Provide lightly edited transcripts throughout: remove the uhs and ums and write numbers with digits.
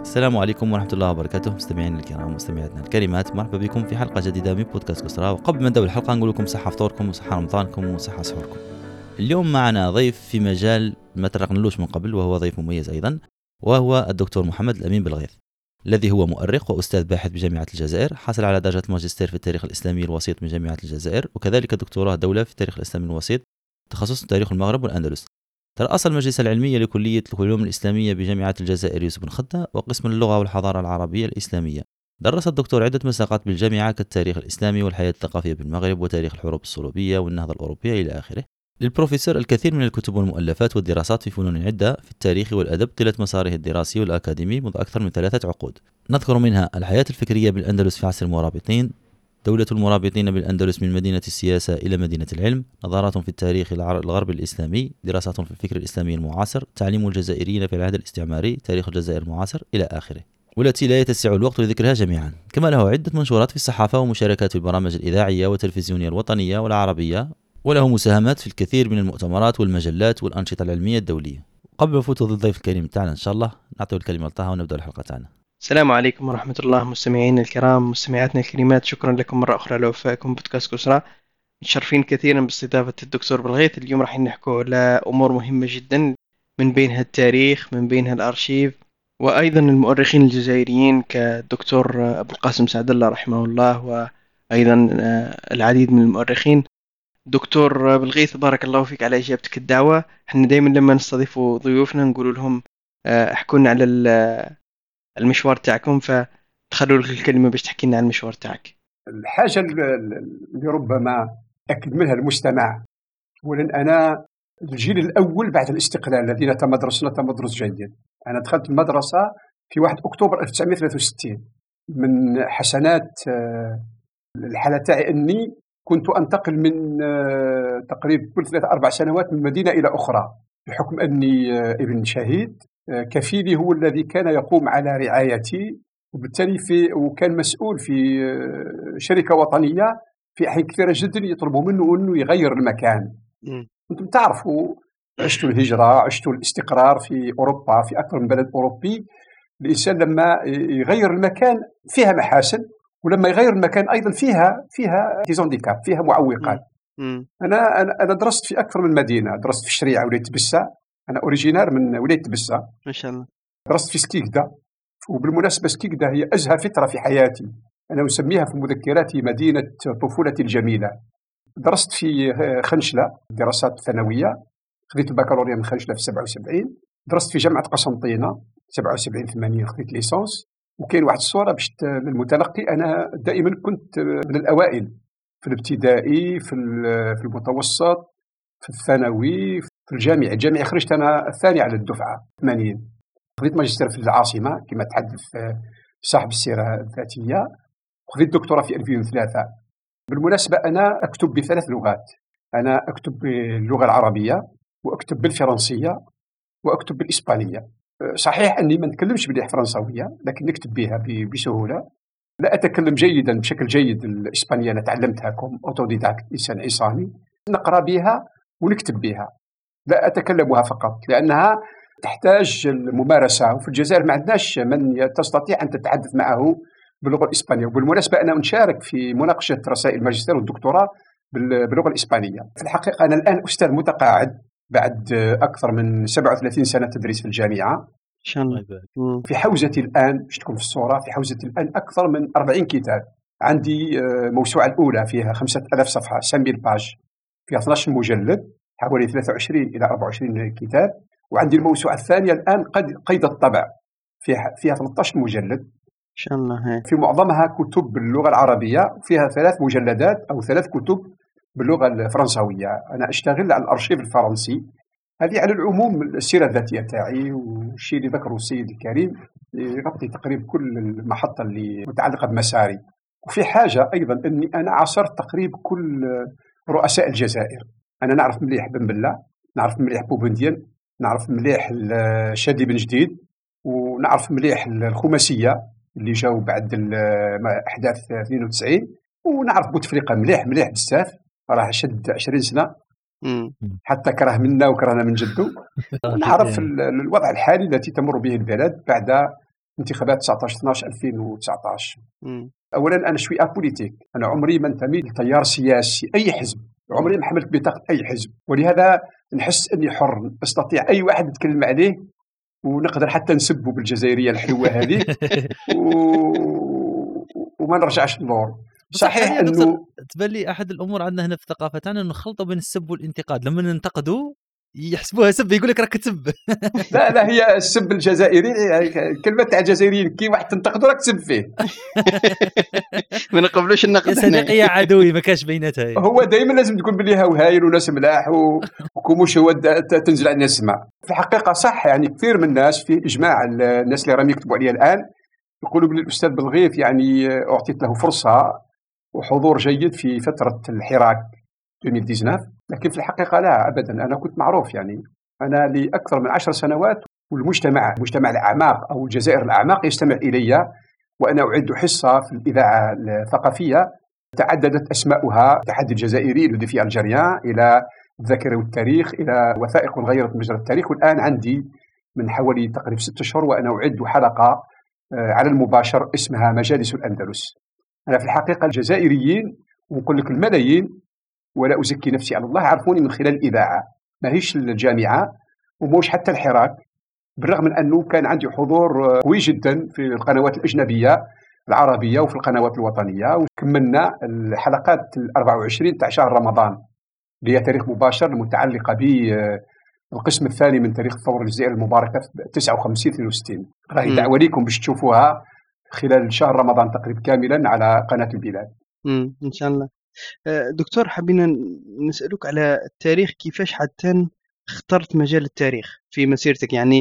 السلام عليكم ورحمة الله وبركاته. مستمعين الكرام ومستمعاتنا الكريمات، مرحبا بكم في حلقة جديدة من بودكاست كسرى. وقبل ما نبدأ الحلقة نقول لكم صحة فطوركم وصحة رمضانكم وصحة سحوركم. اليوم معنا ضيف في مجال ما ترقنلوش من قبل، وهو ضيف مميز أيضا، وهو الدكتور محمد الأمين بالغيث، الذي هو مؤرخ وأستاذ باحث بجامعة الجزائر، حصل على درجة ماجستير في التاريخ الإسلامي الوسيط من جامعة الجزائر، وكذلك دكتوراه دولة في التاريخ الإسلامي الوسيط تخصص تاريخ المغرب والأندلس. ترأس المجلس العلمي لكلية العلوم الإسلامية بجامعة الجزائر يوسف بن خدة وقسم اللغة والحضارة العربية الإسلامية. درس الدكتور عدة مساقات بالجامعة كالتاريخ الإسلامي والحياة الثقافية بالمغرب وتاريخ الحروب الصليبية والنهضة الأوروبية إلى آخره. للبروفيسور الكثير من الكتب والمؤلفات والدراسات في فنون عدة في التاريخ والأدب طيلة مساره الدراسي والأكاديمي منذ أكثر من 3 عقود. نذكر منها الحياة الفكرية بالأندلس في عصر المرابطين، دولة المرابطين بالأندلس من مدينة السياسة إلى مدينة العلم، نظرات في التاريخ الغربي الإسلامي، دراسات في الفكر الإسلامي المعاصر، تعليم الجزائريين في العهد الاستعماري، تاريخ الجزائر المعاصر إلى آخره، والتي لا يتسع الوقت لذكرها جميعا. كما له عدة منشورات في الصحافة ومشاركات في البرامج الإذاعية والتلفزيونية الوطنية والعربية، وله مساهمات في الكثير من المؤتمرات والمجلات والأنشطة العلمية الدولية. قبل ما نفوت الضيف الكريم تاعنا إن شاء الله، نعطيه الكلمة لطه ونبدأ الحلقة تاعنا. السلام عليكم ورحمة الله مستمعين الكرام مستمعاتنا الكريمات، شكرا لكم مرة أخرى لوفائكم بودكاست كسرى. متشرفين كثيرا باستضافة الدكتور بالغيث. اليوم راح نحكوا على أمور مهمة جدا، من بينها التاريخ، من بينها الأرشيف، وأيضا المؤرخين الجزائريين كالدكتور أبو القاسم سعد الله رحمه الله، وأيضا العديد من المؤرخين. دكتور بالغيث، بارك الله فيك على إجابتك الدعوة. احنا دائما لما نستضيف ضيوفنا نقول لهم احكوا لنا على المشوار تاعكم، فتخلوا لك الكلمة باش تحكي لنا عن المشوار تاعك. الحاجة اللي ربما أكد منها المستمع، ولن أنا الجيل الأول بعد الاستقلال الذين تمدرسنا تمدرس جيد. أنا دخلت المدرسة في 1 أكتوبر 1963. من حسنات الحالة تاعي أني كنت أنتقل من تقريبا كل 3-4 سنوات من مدينة إلى أخرى، بحكم أني ابن شهيد. كفيلي هو الذي كان يقوم على رعايتي، وبالتالي وكان مسؤول في شركة وطنية. في أحيان كثيرة جدا يطلبوا منه أنه يغير المكان. أنتم تعرفوا، عشتوا الهجرة، عشتوا الاستقرار في أوروبا، في أكثر من بلد أوروبي. الإنسان لما يغير المكان فيها محاسن، ولما يغير المكان أيضا فيها ديزونديكاب، فيها معوقات. أنا درست في أكثر من مدينة. درست في الشريعة ولاية بسة، أنا أوريجينار من ولاية بسة ما شاء الله. درست في سكيكدا، وبالمناسبة سكيكدا هي أزهى فترة في حياتي، أنا أسميها في مذكراتي مدينة طفولتي الجميلة. درست في خنشلة دراسات ثانوية، خذيت البكالوريا من خنشلة في 77. درست في جامعة قسنطينة 77-80، خذيت ليسانس. وكاين واحد الصورة باش للمتلقي، أنا دائما كنت من الأوائل في الابتدائي، في المتوسط، في الثانوي، في الجامعة خرجت أنا الثاني على الدفعة 80. خذيت ماجستير في العاصمة كما تحدث صاحب السيرة الذاتية، وخذيت دكتوراه في 2003. بالمناسبة أنا أكتب ب3 لغات، أنا أكتب باللغة العربية، وأكتب بالفرنسية، وأكتب بالإسبانية. صحيح أني ما نتكلمش مليح فرنساوية، لكن نكتب بها بسهولة. لا أتكلم جيدا بشكل جيد الإسبانية، أنا تعلمتها كم أوتوديداكت، إنسان عصامي، نقرأ بها ونكتب بها، لا أتكلمها فقط لأنها تحتاج الممارسة. وفي الجزائر ما عندناش من تستطيع أن تتحدث معه باللغة الإسبانية. وبالمناسبة أنا أشارك في مناقشة رسائل الماجستير والدكتوراه باللغة الإسبانية. في الحقيقة أنا الآن أستاذ متقاعد بعد أكثر من 37 سنة تدريس في الجامعة. إن شاء الله. في حوزتي الآن باش تكون في الصورة، في حوزتي الآن أكثر من 40 كتاب. عندي موسوعة الأولى فيها 5000 صفحة، 5000 باج، فيها 12 مجلد، حوالي 23 إلى 24 كتاب. وعندي الموسوعة الثانية الآن قيد الطبع، فيها 13 مجلد إن شاء الله. في معظمها كتب باللغة العربية، وفيها 3 مجلدات أو 3 كتب باللغة الفرنسوية. أنا أشتغل على الأرشيف الفرنسي. هذه على العموم السيرة الذاتية تاعي، والشيء اللي ذكره السيد الكريم يغطي تقريبا كل المحطة اللي متعلقة بمساري. وفي حاجة أيضا أني أنا عاصرت تقريبا كل رؤساء الجزائر. أنا نعرف مليح بن بلة، نعرف مليح بوبنديان، نعرف مليح شادي بن جديد، ونعرف مليح الخماسية اللي جاوا بعد أحداث 92، ونعرف بوتفليقة مليح بزاف، راه شد 20 سنة حتى كره منا وكرهنا من جدو. ونعرف الوضع الحالي التي تمر به البلاد بعد انتخابات 19/12/2019. اولا انا شوي ابوليتيك، انا عمري ما انتمي لتيار سياسي اي حزب، عمري ما حملت بطاقه اي حزب، ولهذا نحس اني حر، استطيع اي واحد نتكلم عليه ونقدر حتى نسبه بالجزائريه الحلوه هذه وما نرجعش للور. صحيح انه تبان لي احد الامور عندنا هنا في الثقافه تاعنا انه نخلطوا بين السب والانتقاد، لما ننتقدوا يحسبوها سب، يقول لك راك تسب. لا هي السب الجزائري، كلمه تاع الجزائريين كي واحد تنتقدوا راك تسب فيه. ما نقبلوش النقد. يا صديقي يا عدوي، ما كاش بيناتها. هو دائما لازم تكون بلي هايل وناس ملاح وكوموش هو تنزل على السماء. في الحقيقه صح، يعني كثير من الناس، في اجماع الناس اللي راهم يكتبوا عليا الان يقولوا بلي الاستاذ بالغيث يعني اعطيت له فرصه وحضور جيد في فتره الحراك 2019، لكن في الحقيقه لا ابدا. انا كنت معروف، يعني انا لاكثر من 10 سنوات والمجتمع الاعماق او الجزائر الاعماق يستمع الي، وانا اعد حصه في الاذاعه الثقافيه تعددت اسماؤها: التحدي الجزائري لو ديفي الجيريان، الى الذاكره والتاريخ، الى وثائق غيرت مجرى التاريخ. والان عندي من حوالي تقريبا 6 أشهر وانا اعد حلقه على المباشر اسمها مجالس الاندلس. انا في الحقيقه الجزائريين، ونقول لك الملايين ولا ازكي نفسي على الله، عرفوني من خلال الاذاعه، ماهيش الجامعه وموش حتى الحراك، بالرغم من انه كان عندي حضور قوي جدا في القنوات الاجنبيه العربيه وفي القنوات الوطنيه. وكملنا الحلقات 24 تاع شهر رمضان اللي هي تاريخ مباشر المتعلقه بالقسم الثاني من تاريخ الثوره الجزائريه المباركه 59-62. راهي دعوه لكم باش تشوفوها خلال شهر رمضان تقريبا كاملا على قناه البلاد ان شاء الله. دكتور، حبينا نسالك على التاريخ، كيفاش حتى اخترت مجال التاريخ في مسيرتك؟ يعني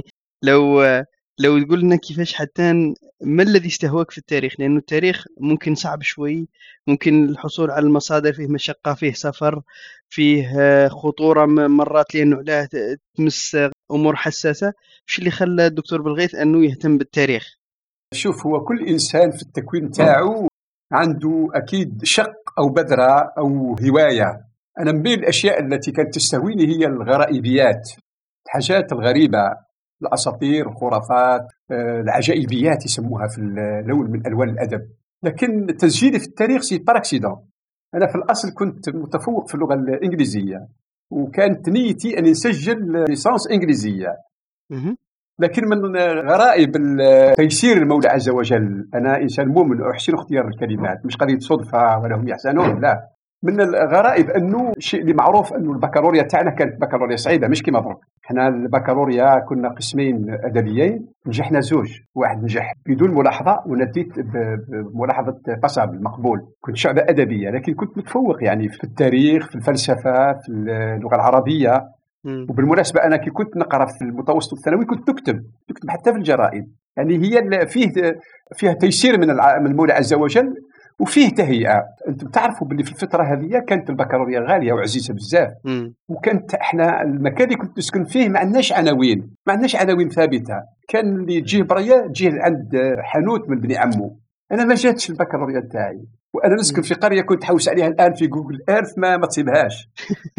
لو تقول لنا كيفاش حتى، ما الذي استهواك في التاريخ؟ لأنه التاريخ ممكن صعب شوي، ممكن الحصول على المصادر فيه مشقة، فيه سفر، فيه خطورة مرات، لأنه لا تمس أمور حساسة. وش اللي خلى الدكتور بالغيث أنه يهتم بالتاريخ؟ شوف، هو كل إنسان في التكوين تاعو عنده أكيد شق أو بذرة أو هواية. أنا من بين الأشياء التي كانت تستهويني هي الغرائبيات، الحاجات الغريبة، الأساطير، الخرافات، العجائبيات يسموها في لون من ألوان الأدب. لكن تسجيلي في التاريخ سي باراكسيدون. أنا في الأصل كنت متفوق في اللغة الإنجليزية، وكانت نيتي أن نسجل ليسانس إنجليزية. لكن من غرائب تيسير المولى عز وجل، أنا إنسان مؤمن أحسن اختيار الكلمات، مش قضية صدفة ولا هم يحسنون، لا. من الغرائب أنه الشيء اللي معروف أنه البكالوريا تاعنا كانت بكالوريا صعيبة، مش كما درك. احنا البكالوريا كنا قسمين أدبيين، نجحنا 2، واحد نجح بدون ملاحظة ونديت بملاحظة باسابل مقبول. كنت شعبة أدبية، لكن كنت متفوق يعني في التاريخ، في الفلسفة، في اللغة العربية. وبالمناسبة أنا كي كنت نقرأ في المتوسط الثانوي كنت نكتب حتى في الجرائد. يعني هي فيها تيسير من المولى عز وجل، وفيه تهيئة. أنتم تعرفوا باللي في الفترة هذه كانت البكالوريا غالية وعزيزة بزاف، وكانت احنا المكان اللي كنت نسكن فيه ما عندناش عناوين ثابتة. كان اللي يجيه بريا يجيه عند حانوت من بني عمو. أنا ما جاتش البكالوريا تاعي، وأنا نسكن في قرية كنت حوس عليها الآن في جوجل إيرث ما تصيبهاش.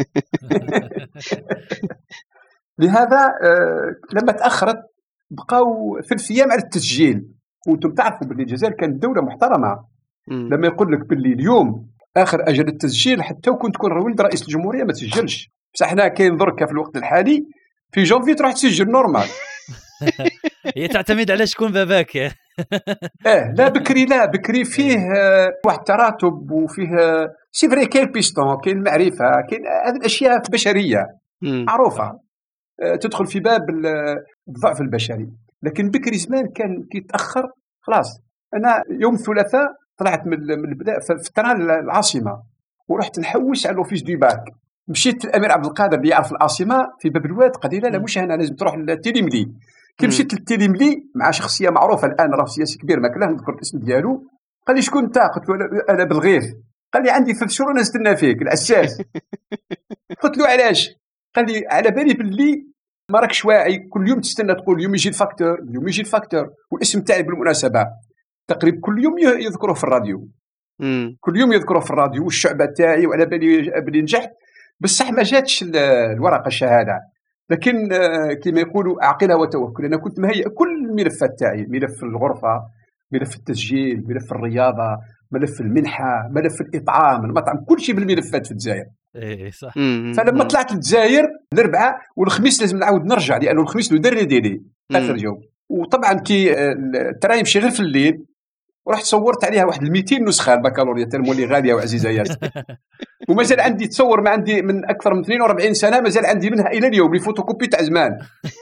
لهذا لما تأخرت بقاو 3 أيام على التسجيل. وانتم تعرفوا باللي الجزائر كانت دولة محترمة. لما يقول لك باللي اليوم آخر أجل التسجيل، حتى وكنت تكون ولد رئيس الجمهورية ما تسجلش. بصح حنا كاين درك في الوقت الحالي في جونفي تروح تسجل نورمال. هي تعتمد على شكون باباك. لا بكري فيه واحد تراتب، وفيه سي فري كاين بيستون، كاين معرفة، كاين هذه الأشياء بشرية معروفة تدخل في باب الضعف البشري. لكن بكري زمان كان كي تأخر خلاص. أنا يوم الثلاثاء طلعت من البداية في التران العاصمة، ورحت نحوس على الأوفيس دو باك. مشيت الأمير عبد القادر اللي يعرف العاصمة في باب الواد، قال لي لا مش هنا، لازم تروح للتيليملي. كي مشيت للتيليملي مع شخصية معروفة الآن، راه سياسي كبير ما كلاه نذكر الاسم ديالو. قال لي شكون انت؟ قلت له أنا بالغيث. قال لي عندي 3 شهور نستنى فيك العساس. قلت له علاش؟ قال لي على بالي باللي ما راكش واعي، كل يوم تستنى تقول اليوم يجي الفاكتور. والاسم تاعي بالمناسبة تقريبا كل يوم يذكره في الراديو، كل يوم يذكره في الراديو، والشعبة تاعي، وعلى بالي نجحت. بصح ما جاتش الورقة الشهادة. لكن كما يقولوا عقلها وتوكل. انا كنت مهيئ كل الملفات تاعي، ملف الغرفه، ملف التسجيل، ملف الرياضه، ملف المنحه، ملف الاطعام، المطعم، كل شيء بالملفات في الجزائر. ايه صح. فلما طلعت للجزائر الاربعاء والخميس لازم نعاود نرجع، لانه الخميس ندري ديالي اخر يوم. وطبعا كي الترا يمشي غير في الليل، ورحت صورت عليها واحد 200 نسخه البكالوريا تالمولي غاليه وعزيزه ياسر. ومازال عندي تصور، ما عندي من اكثر من 42 سنه مازال عندي منها الى اليوم لي فوتوكوبي تاع زمان.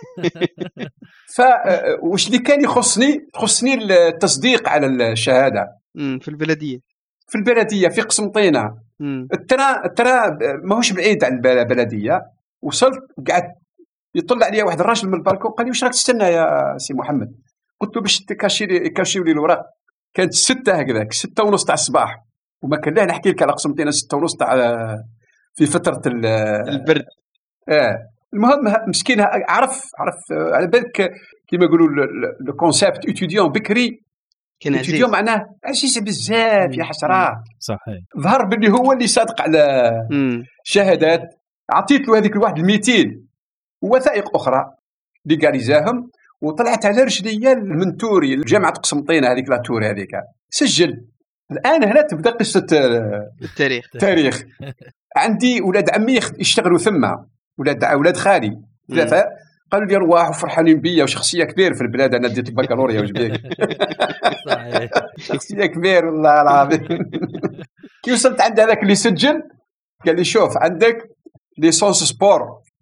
واش اللي كان يخصني التصديق على الشهاده في البلديه في قسنطينه. الترا ماهوش بعيد عن البلديه. وصلت قعدت يطلع عليا واحد الراجل من البالكون قال لي واش راك تستنى يا سي محمد؟ قلت له باش يكاشيو لي الوراق. كانت 6 هكذاك، 6:30 تاع الصباح، وما كان لا نحكي لك على قسنطينه 6:30 تاع في فتره البرد. المهم مسكين عرف على بالك كيما يقولوا لو كونسيبت ايتيديون بكري، كان ايتيديون معناه عزيز بزاف يا حسره. صحيح. ظهر باللي هو اللي صادق على شهادات. عطيت له هذيك الواحد 200 ووثائق اخرى اللي قاريزاهم، وطلعت على رجليا المنتوري لجامعه قسنطينه هذيك لا تور هذيك سجل. الان هنا تبدا قصه التاريخ. عندي ولاد عمي يشتغلوا ثم، ولاد خالي 3 قالوا لي رواح وفرحانين بيا وشخصيه كبير في البلاد. انا ديت البكالوريا واش بيك. صحيح. شخصيه كبير والله العظيم. كي وصلت عند هذاك اللي سجل قال لي شوف عندك ليسونس سبور،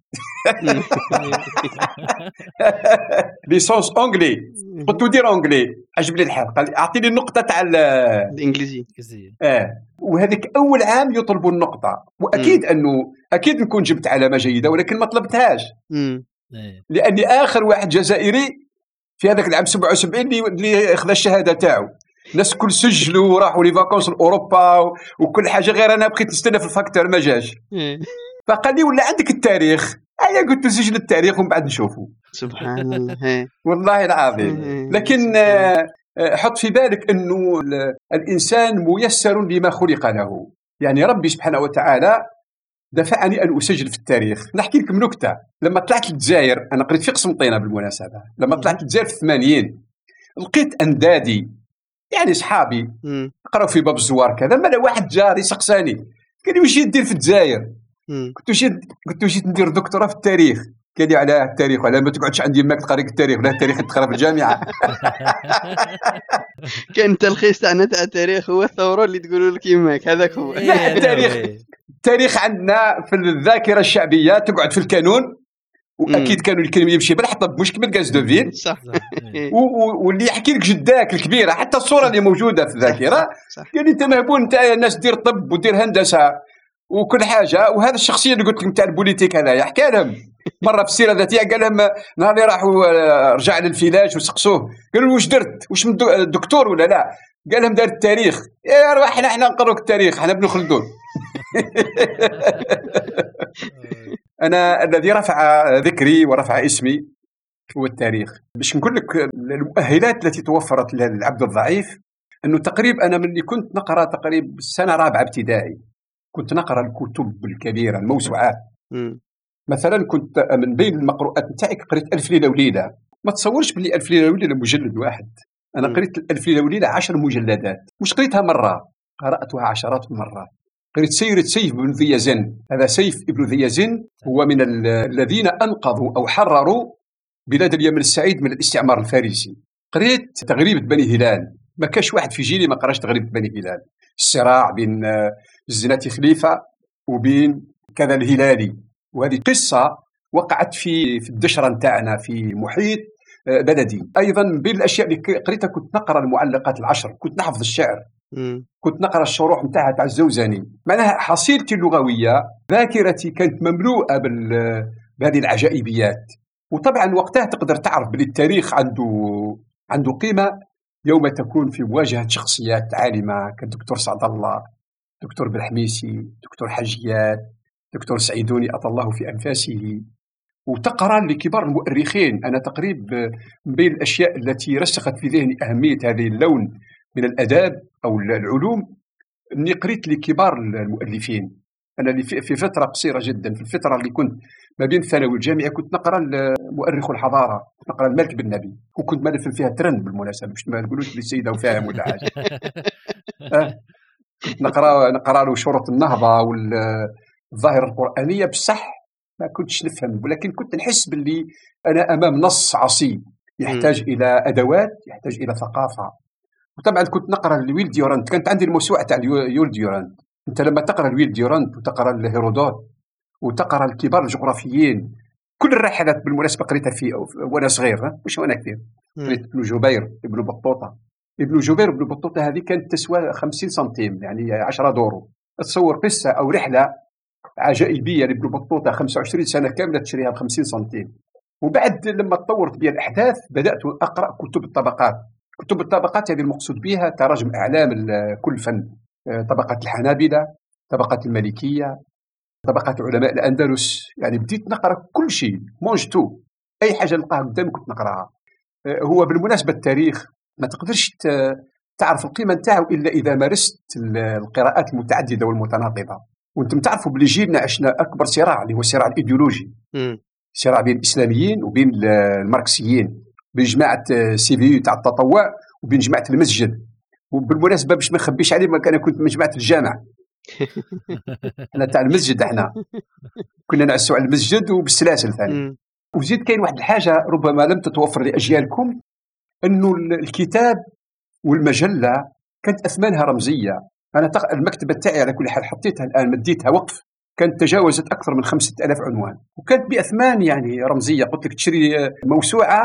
ليسونس اونغلي. قلت له دير اونغلي، عجبني الحال. قال لي اعطيني النقطه تاع الانجليزي. وهذيك اول عام يطلبوا النقطه، واكيد انه اكيد نكون جبت علامه جيده، ولكن ما طلبتهاش لاني اخر واحد جزائري في هذاك العام 77 اللي اخذ الشهاده تاعو. الناس كل سجلوا وراحوا لي فاكونس لاوروبا وكل حاجه، غير انا بقيت نستنى في الفاكتور ما جاش. فقال لي ولا عندك التاريخ؟ انا قلت سجل التاريخ ومن بعد نشوفه. سبحان الله. والله العظيم. لكن حط في بالك انه الانسان ميسر لما خلق له. يعني ربي سبحانه وتعالى دفعني ان اسجل في التاريخ. نحكي لكم نكته. لما طلعت للجزائر، انا قريت في قسنطينه بالمناسبه، لما طلعت للجزائر في 80 لقيت اندادي يعني اصحابي قراو في باب الزوار كذا. ما واحد جاري سقساني قال لي واش يدير في الجزائر؟ قلت له جيت ندير دكتوراه في التاريخ. قال لي على التاريخ ولا ما تقعدش عندي يماك تقرا التاريخ، ولا التاريخ تقرا في الجامعه. كان تلخيص تاعنا تاع التاريخ هو الثوره اللي تقولوا لك يماك، هذاك هو. التاريخ عندنا في الذاكره الشعبيه، تقعد في الكانون، واكيد كانوا الكلمه يمشي بالحطب مش كما الكاز دو فين. صح. واللي يحكي لك جداك الكبيره، حتى الصوره اللي موجوده في الذاكره. قال لي انت مهبول، انت الناس دير طب ودير هندسه وكل حاجه. وهذا الشخصيه اللي قلت لكم تاع البوليتيك هذا يحكي لهم مره في السيره الذاتيه، قال لهم نهار اللي راحوا رجع للفلاج وسقسوه قالوا له واش درت، واش من دكتور ولا لا؟ قال لهم دار التاريخ. يا روح احنا نقروك التاريخ، احنا ابن خلدون. انا الذي رفع ذكري ورفع اسمي هو التاريخ. باش نقول لك المؤهلات التي توفرت للعبد الضعيف، انه تقريبا انا من اللي كنت نقرا تقريبا السنه 4 ابتدائي كنت نقرا الكتب الكبيره الموسوعات. مثلا كنت من بين المقروءات نتاعي قريت 1000 ليله وليله. ما تصورش بلي 1000 ليله وليله مجلد واحد. انا قريت 1000 ليله وليله 10 مجلدات، مش قريتها مره، قراتها عشرات المرات. قريت سيرة سيف بن ذي يزن. هذا سيف ابن ذي يزن هو من الذين أنقذوا أو حرروا بلاد اليمن السعيد من الاستعمار الفارسي. قريت تغريبة بني هلال. ما كاش واحد في جيلي ما قراش تغريبة بني هلال. الصراع بين الزناتي خليفة وبين كذا الهلالي، وهذه قصة وقعت في الدشرة نتاعنا في محيط بلدي. أيضا بين الأشياء اللي قريتها كنت نقرأ المعلقات العشر، كنت نحفظ الشعر، كنت نقرأ الشروح نتاعها تاع الزوزاني. معناها حصيلتي اللغوية، ذاكرتي كانت مملوءة بهذه العجائبيات. وطبعا وقتها تقدر تعرف بلي التاريخ عنده قيمة يوم تكون في مواجهة شخصيات عالمة كالدكتور سعد الله، دكتور بالحميسي، دكتور حجيات، دكتور سعيدوني أطال الله في أنفاسه، وتقرأ لكبار المؤرخين. أنا تقريبا من بين الأشياء التي رسخت في ذهني أهمية هذه اللون من الأداب أو العلوم أني قريت لكبار المؤلفين. أنا في فترة قصيرة جدا، في الفترة اللي كنت ما بين الثانوي والجامعة كنت نقرأ مؤرخ الحضارة، كنت نقرأ الملك بن نبي، وكنت مالف فيها ترند بالمناسبة باش ما نقولوش لي السيدة وفاهم ولا حاجة. كنت نقرأ له شروط النهضة والظاهرة القرآنية، بصح ما كنتش نفهم، ولكن كنت نحس باللي أنا أمام نص عصيب يحتاج إلى أدوات، يحتاج إلى ثقافة. وطبعا كنت نقرأ لويل ديورانت، كانت عندي الموسوعة تاع لويل ديورانت. أنت لما تقرأ لويل ديورانت وتقرأ هيرودوت وتقرأ الكبار الجغرافيين، كل الرحلات بالمناسبة قريتها في وأنا صغير، مش وأنا كبير. قريت ابن جبير، ابن بطوطة. ابن جبير ابن بطوطة هذه كانت تسوى 50 سنتيم، يعني 10 دورو. تصور قصة أو رحلة عجائبية لابن بطوطة 25 سنة كاملة تشريها ب50 سنتيم. وبعد لما تطورت بي الأحداث بدأت أقرأ كتب الطبقات. كتب الطبقات هذه المقصود بها تراجم أعلام كل فن، طبقة الحنابلة، طبقة المالكية، طبقات علماء الأندلس. يعني بديت نقرأ كل شيء، مونجتو، أي حاجة نلقاها قدامي كنت نقرأها. هو بالمناسبة التاريخ ما تقدرش تعرف القيمة نتاعو إلا إذا مارست القراءات المتعددة والمتناقضة. وانتم تعرفوا بلي جيلنا عشنا أكبر صراع اللي هو الصراع الإيديولوجي، صراع بين الإسلاميين وبين الماركسيين، بين جماعة سيفيو تاع التطوع وبين جماعة المسجد. وبالمناسبة باش ما نخبيش عليه، ما كان كنت من جماعة الجامع. احنا تاع المسجد، احنا كنا نعسوا على المسجد وبالسلاسل ثاني. وزيد كاين واحد الحاجة ربما لم تتوفر لأجيالكم، أنه الكتاب والمجلة كانت أثمانها رمزية. أنا المكتبة تاعي على كل حال حطيتها الآن، مديتها وقف، كانت تجاوزت أكثر من 5000 عنوان، وكانت بأثمان يعني رمزية. قلت لك تشري موسوعة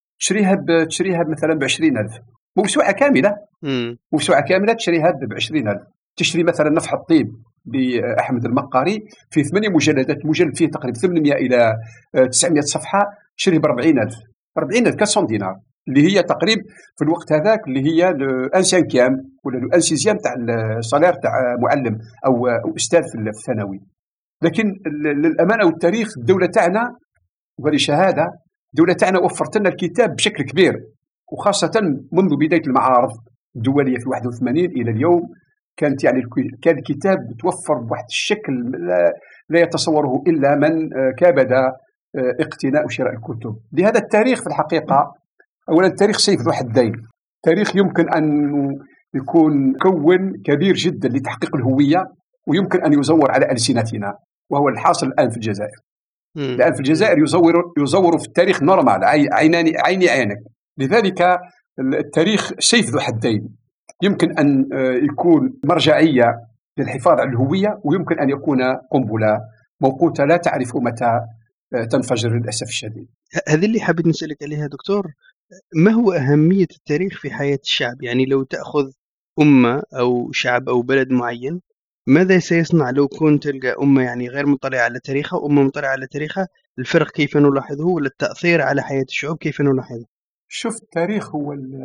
تشريها مثلا ب20,000، موسوعة كاملة، موسوعة كاملة تشريها ب20,000. تشري مثلا نفح الطيب لأحمد المقاري في 8 مجلدات، مجلد فيه تقريبا 800 إلى 900 صفحة، تشريه ب40,000، 40,000 400 دينار، اللي هي تقريبا في الوقت هذاك اللي هي الان سانكيام ولا الان سيزيام تاع الصالير تاع معلم او استاذ في الثانوي. لكن للامانه والتاريخ الدوله تاعنا، وهذه شهاده، الدوله تاعنا وفرت لنا الكتاب بشكل كبير، وخاصه منذ بدايه المعارض الدوليه في 81 الى اليوم. كانت يعني كان الكتاب متوفر بواحد الشكل لا يتصوره الا من كابد اقتناء وشراء الكتب. لهذا التاريخ في الحقيقه، أولا التاريخ سيف ذو حدين. تاريخ يمكن أن يكون كون كبير جدا لتحقيق الهوية، ويمكن أن يزور على ألسنتنا، وهو الحاصل الآن في الجزائر. الآن في الجزائر يزور في التاريخ نورمال، عيني عينك. لذلك التاريخ سيف ذو حدين، يمكن أن يكون مرجعية للحفاظ على الهوية، ويمكن أن يكون قنبلة موقوتة لا تعرف متى تنفجر للأسف الشديد. هذه اللي حابب نسألك عليها دكتور، ما هو أهمية التاريخ في حياة الشعب؟ يعني لو تأخذ أمة أو شعب أو بلد معين، ماذا سيصنع لو كنت تلقى أمة يعني غير مطلعة على تاريخها وأمة مطلعة على تاريخها؟ الفرق كيف نلاحظه، ولا التأثير على حياة الشعوب كيف نلاحظه؟ شوف، التاريخ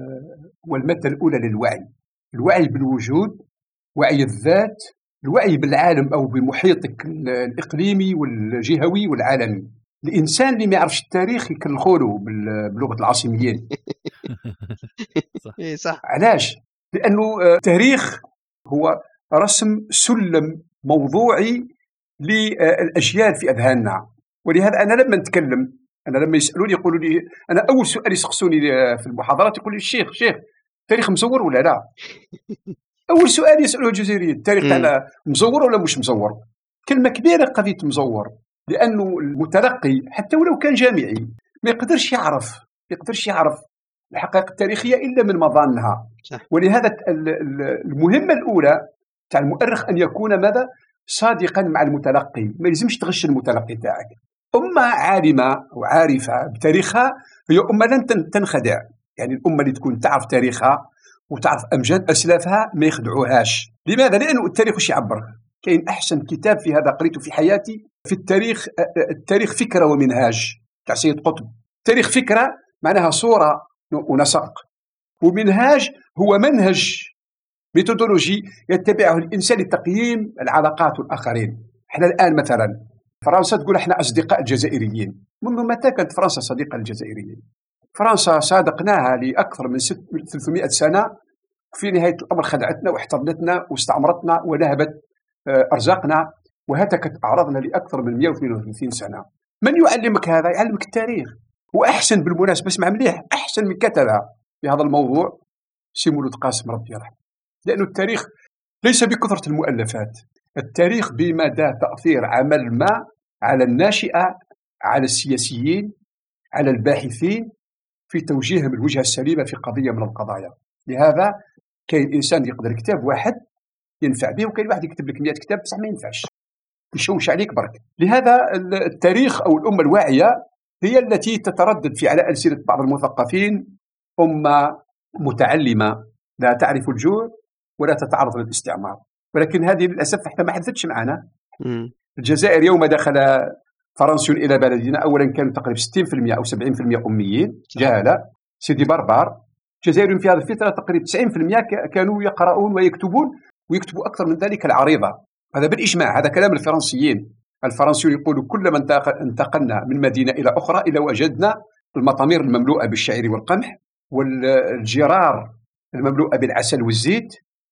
هو المادة الأولى للوعي، الوعي بالوجود، وعي الذات، الوعي بالعالم أو بمحيطك الإقليمي والجهوي والعالمي. الإنسان اللي ما يعرفش التاريخ يكلخوله بلغة العاصميين. صح. علاش؟ لأنه التاريخ هو رسم سلم موضوعي للأجيال في أذهاننا. ولهذا أنا لما نتكلم، أنا لما يسألوني يقولوا لي، أنا أول سؤال يسقسوني في المحاضرات يقول لي الشيخ التاريخ مزور ولا لا؟ أول سؤال يسأله الجزائريين، التاريخ تاعنا مزور ولا مش مزور؟ كلمة كبيرة قضية مزور، لأنه المتلقي حتى ولو كان جامعي ما يقدرش يعرف الحقائق التاريخية إلا من مظانها. ولهذا المهمة الأولى تاع المؤرخ أن يكون ماذا؟ صادقا مع المتلقي، ما يلزمش تغش المتلقي تاعك. أمة عالمة وعارفة بتاريخها هي أمة لن تنخدع. يعني الأمة اللي تكون تعرف تاريخها وتعرف أمجاد أسلافها ما يخدعوهاش. لماذا؟ لأنه التاريخ وش يعبر. كاين أحسن كتاب في هذا قريته في حياتي في التاريخ فكرة ومنهاج تاع سيد قطب. التاريخ فكرة معناها صورة ونسق، ومنهاج هو منهج ميثودولوجي يتبعه الإنسان لتقييم العلاقات والآخرين. احنا الآن مثلا فرنسا تقول احنا أصدقاء الجزائريين. منذ متى كانت فرنسا صديقة للجزائريين؟ فرنسا صادقناها لأكثر من 300 سنة، في نهاية الأمر خدعتنا واحتضنتنا واستعمرتنا ونهبت أرزاقنا وهتكت أعراضنا لأكثر من 132 سنة. من يعلمك هذا؟ يعلمك التاريخ. وأحسن بالمناسبة، اسمع مليح، أحسن من كتبها في هذا الموضوع سي مولود قاسم ربي يرحمه. لأن التاريخ ليس بكثرة المؤلفات، التاريخ بمدى تأثير عمل ما على الناشئة، على السياسيين، على الباحثين في توجيههم الوجهة السليمة في قضية من القضايا. لهذا كاين إنسان يقدر كتاب واحد ينفع به، وكاين واحد يكتب لك 100 كتاب بصح ما ينفعش، يشوش عليك برك. لهذا التاريخ أو الأمة الواعية هي التي تتردد في على ألسنة بعض المثقفين أمة متعلمة لا تعرف الجوع ولا تتعرض للاستعمار. ولكن هذه للأسف احنا ما حدثتش معنا. الجزائر يوم دخل فرنسي إلى بلدنا أولا كانوا تقريبا 60% أو 70% أميين جهلة، سيدي بربر. الجزائر في هذه الفترة تقريبا 90% كانوا يقرؤون ويكتبون، ويكتبوا أكثر من ذلك العريضة. هذا بالإجماع، هذا كلام الفرنسيين. الفرنسيون يقولوا كلما انتقلنا من مدينة إلى أخرى إلى وجدنا المطامير المملوءة بالشعير والقمح، والجرار المملوءة بالعسل والزيت،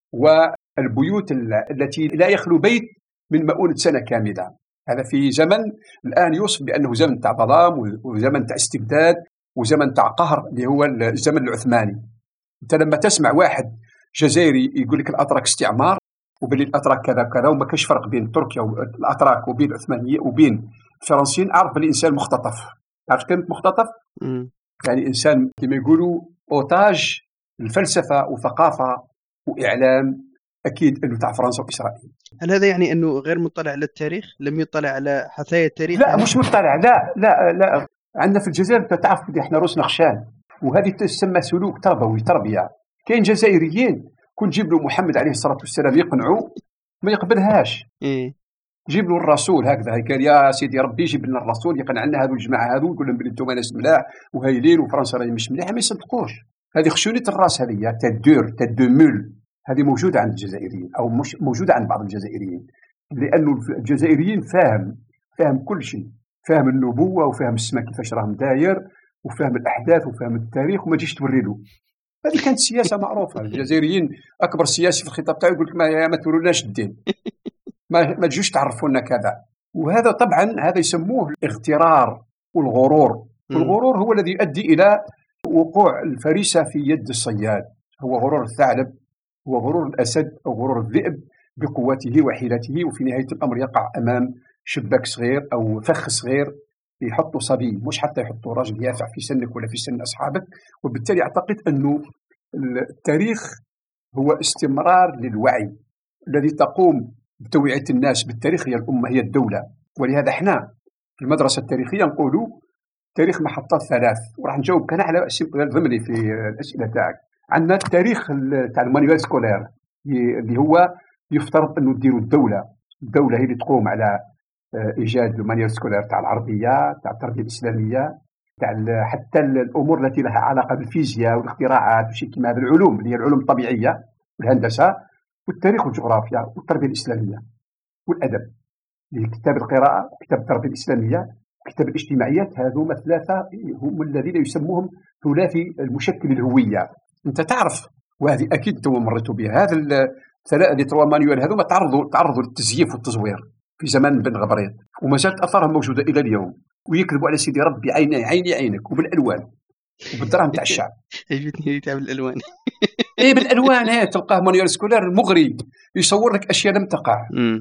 والبيوت التي لا يخلو بيت من مؤونة سنة كاملة. هذا في زمن الآن يوصف بأنه زمن تاع ظلام وزمن تاع استبداد وزمن تاع قهر، اللي هو الزمن العثماني. أنت لما تسمع واحد جزائري يقول لك الأتراك استعمار وبين الأتراك كذا كذا وما كاش فرق بين تركيا والأتراك وبين العثمانيين وبين الفرنسيين، أعرف بلي إنسان مختطف. عرفت كلمة مختطف؟ يعني إنسان كما يقولوا أوتاج الفلسفة وثقافة وإعلام، أكيد أنه تاع فرنسا وإسرائيل. هل هذا يعني أنه غير مطلع على التاريخ؟ لم يطلع على حثايا التاريخ؟ لا مش مطلع، لا لا لا. عندنا في الجزائر تعرف بلي احنا روسنا خشان، وهذه تسمى سلوك تربوي، تربية. كاين جزائريين كون جيب له محمد عليه الصلاة والسلام يقنعوا ما يقبلهاش. جيب له الرسول هكذا قال يا سيدي ربي جيب لنا الرسول يقنعنا هذو الجماعة هذو، يقول لهم بلي انتم ناس ملاح وهايلين وفرنسا راهي مش مليحة، ما يصدقوش. هذه خشونة الراس، هذه تدمل، هذه موجودة عند الجزائريين أو مش موجودة عند بعض الجزائريين، لأنه الجزائريين فاهم كل شيء، فاهم النبوة وفاهم السماء كيفاش راهم داير وفاهم الأحداث وفاهم التاريخ، وما تجيش توري له. هذه كانت سياسة معروفة. الجزائريين أكبر سياسي في الخطاب تاعو يقول لك ما توروناش الدين، ما تجوش تعرفونا كذا. وهذا طبعا هذا يسموه الاغترار والغرور. والغرور هو الذي يؤدي إلى وقوع الفريسة في يد الصياد. هو غرور الثعلب، هو غرور الأسد أو غرور الذئب بقوته وحيلته، وفي نهاية الأمر يقع أمام شباك صغير أو فخ صغير يحطوا صبي، مش حتى يحطوا راجل يافع في سنك ولا في سن أصحابك. وبالتالي أعتقد أنه التاريخ هو استمرار للوعي الذي تقوم بتوعية الناس بالتاريخ. هي الأمة، هي الدولة. ولهذا احنا في المدرسة التاريخية نقولوا تاريخ محطات ثلاث، وراح نجاوب كان على ضمني في الأسئلة تاعك. عندنا التاريخ تاع المانيوال سكولير اللي هو يفترض أنه ديروا الدولة هي اللي تقوم على إيجاد المانيوال سكولير تاع العربية، تاع التربية الإسلامية، تاع حتى الأمور التي لها علاقة بالفيزياء والاختراعات وشيء كما هذه العلوم اللي هي العلوم الطبيعية والهندسة والتاريخ والجغرافيا والتربية الإسلامية والأدب، اللي كتاب القراءة وكتاب التربية الإسلامية وكتاب الاجتماعيات. هذوما ثلاثة هم الذين يسموهم ثلاثي المشكل الهوية. أنت تعرف، وهذه أكيد أنتم مريتوا بها، هذا الثلاثة اللي تروا مانيوال هذوما تعرضوا للتزييف والتزوير في زمان بن غبريط، وما زالت أثارهم موجودة إلى اليوم. ويكذبوا على سيدي ربي عيني عينك وبالألوان وبالدراهم تاع الشعب. عجبتني تاع بالألوان. إيه بالألوان، تلقاه مانيوال سكولير مغري، يصور لك أشياء لم تقع،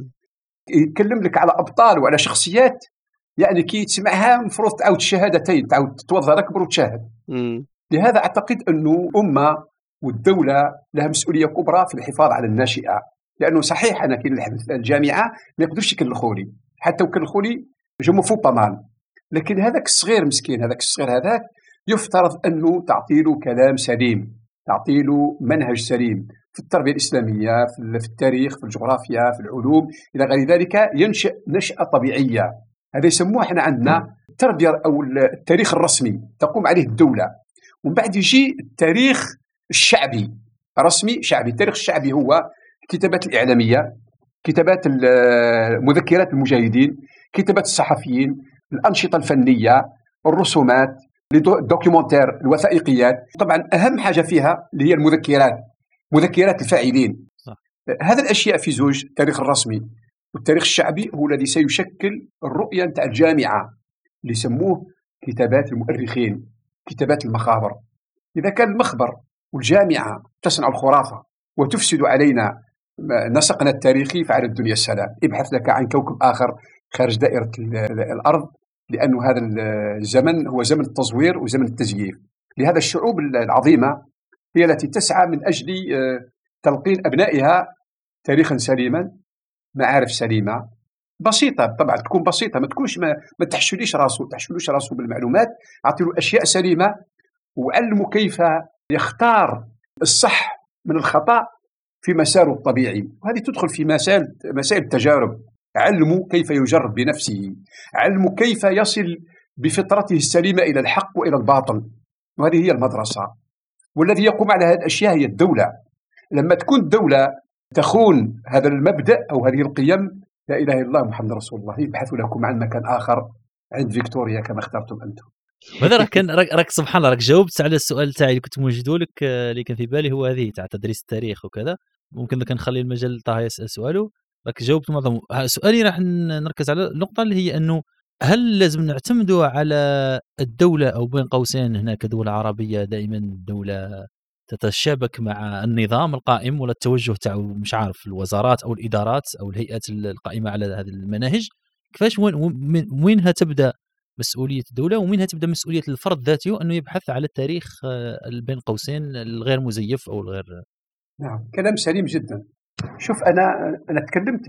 يتكلم لك على أبطال وعلى شخصيات يعني كي تسمعها المفروض تعاود شهادتين، تعاود تتوضا أكبر وتشاهد. لهذا أعتقد أنه أمة والدولة لها مسؤولية كبرى في الحفاظ على الناشئة. لأنه صحيح أنا كي الجامعة ما يقدرش يكلخوا لي، حتى وكلخوا لي جو مو فو بامال، لكن هذاك الصغير مسكين، هذاك الصغير هذاك يفترض أنه تعطيله كلام سليم، تعطيله منهج سليم في التربية الإسلامية، في التاريخ، في الجغرافيا، في العلوم إلى غير ذلك، ينشأ نشأة طبيعية. هذا يسموه احنا عندنا التربية أو التاريخ الرسمي تقوم عليه الدولة. ومن بعد يجي التاريخ الشعبي رسمي شعبي. التاريخ الشعبي هو الكتابات الإعلامية، كتابات مذكرات المجاهدين، كتابات الصحفيين، الأنشطة الفنية، الرسومات، الدوكيومنتير، الوثائقيات. طبعا أهم حاجة فيها اللي هي مذكرات الفاعلين. هذا الأشياء في زوج، التاريخ الرسمي والتاريخ الشعبي هو الذي سيشكل الرؤية نتاع الجامعة اللي يسموه كتابات المؤرخين، كتابات المخابر. إذا كان المخبر والجامعة تصنع الخرافة وتفسد علينا نسقنا التاريخي، فعلى الدنيا السلام. ابحث لك عن كوكب آخر خارج دائرة الأرض، لأن هذا الزمن هو زمن التزوير وزمن التزييف. لهذا الشعوب العظيمة هي التي تسعى من أجل تلقين أبنائها تاريخا سليما، معارف سليمة بسيطة، طبعا تكون بسيطة، ما تكونش ما تحشليش راسه بالمعلومات. أعطيه أشياء سليمة وعلمه كيف يختار الصح من الخطأ في مساره الطبيعي، وهذه تدخل في مسائل التجارب. علمه كيف يجرب بنفسه، علمه كيف يصل بفطرته السليمة إلى الحق وإلى الباطل، وهذه هي المدرسة. والذي يقوم على هذه الأشياء هي الدولة. لما تكون الدولة تخون هذا المبدأ أو هذه القيم، لا إله إلا الله محمد رسول الله، يبحثوا لكم عن مكان آخر عند فيكتوريا كما اخترتم أنتم. هذا راك سبحان الله راك جاوبت على السؤال تاعي اللي كنت موجده لك، اللي كان في بالي هو هذه تاع تدريس التاريخ وكذا. ممكن ذاك نخلي المجال طه يسأل سؤاله، راك جاوبت معظم سؤالي. راح نركز على النقطة اللي هي أنه هل لازم نعتمدوا على الدولة أو بين قوسين هناك دولة عربية دائما دولة تتشابك مع النظام القائم ولا التوجه تاع مش عارف الوزارات أو الإدارات أو الهيئات القائمة على هذه المناهج؟ كيفاش وينها تبدأ مسؤولية الدولة ومنها تبدأ مسؤولية الفرد ذاته أنه يبحث على التاريخ بين قوسين الغير مزيف أو الغير؟ نعم، كلام سليم جدا. شوف، أنا تكلمت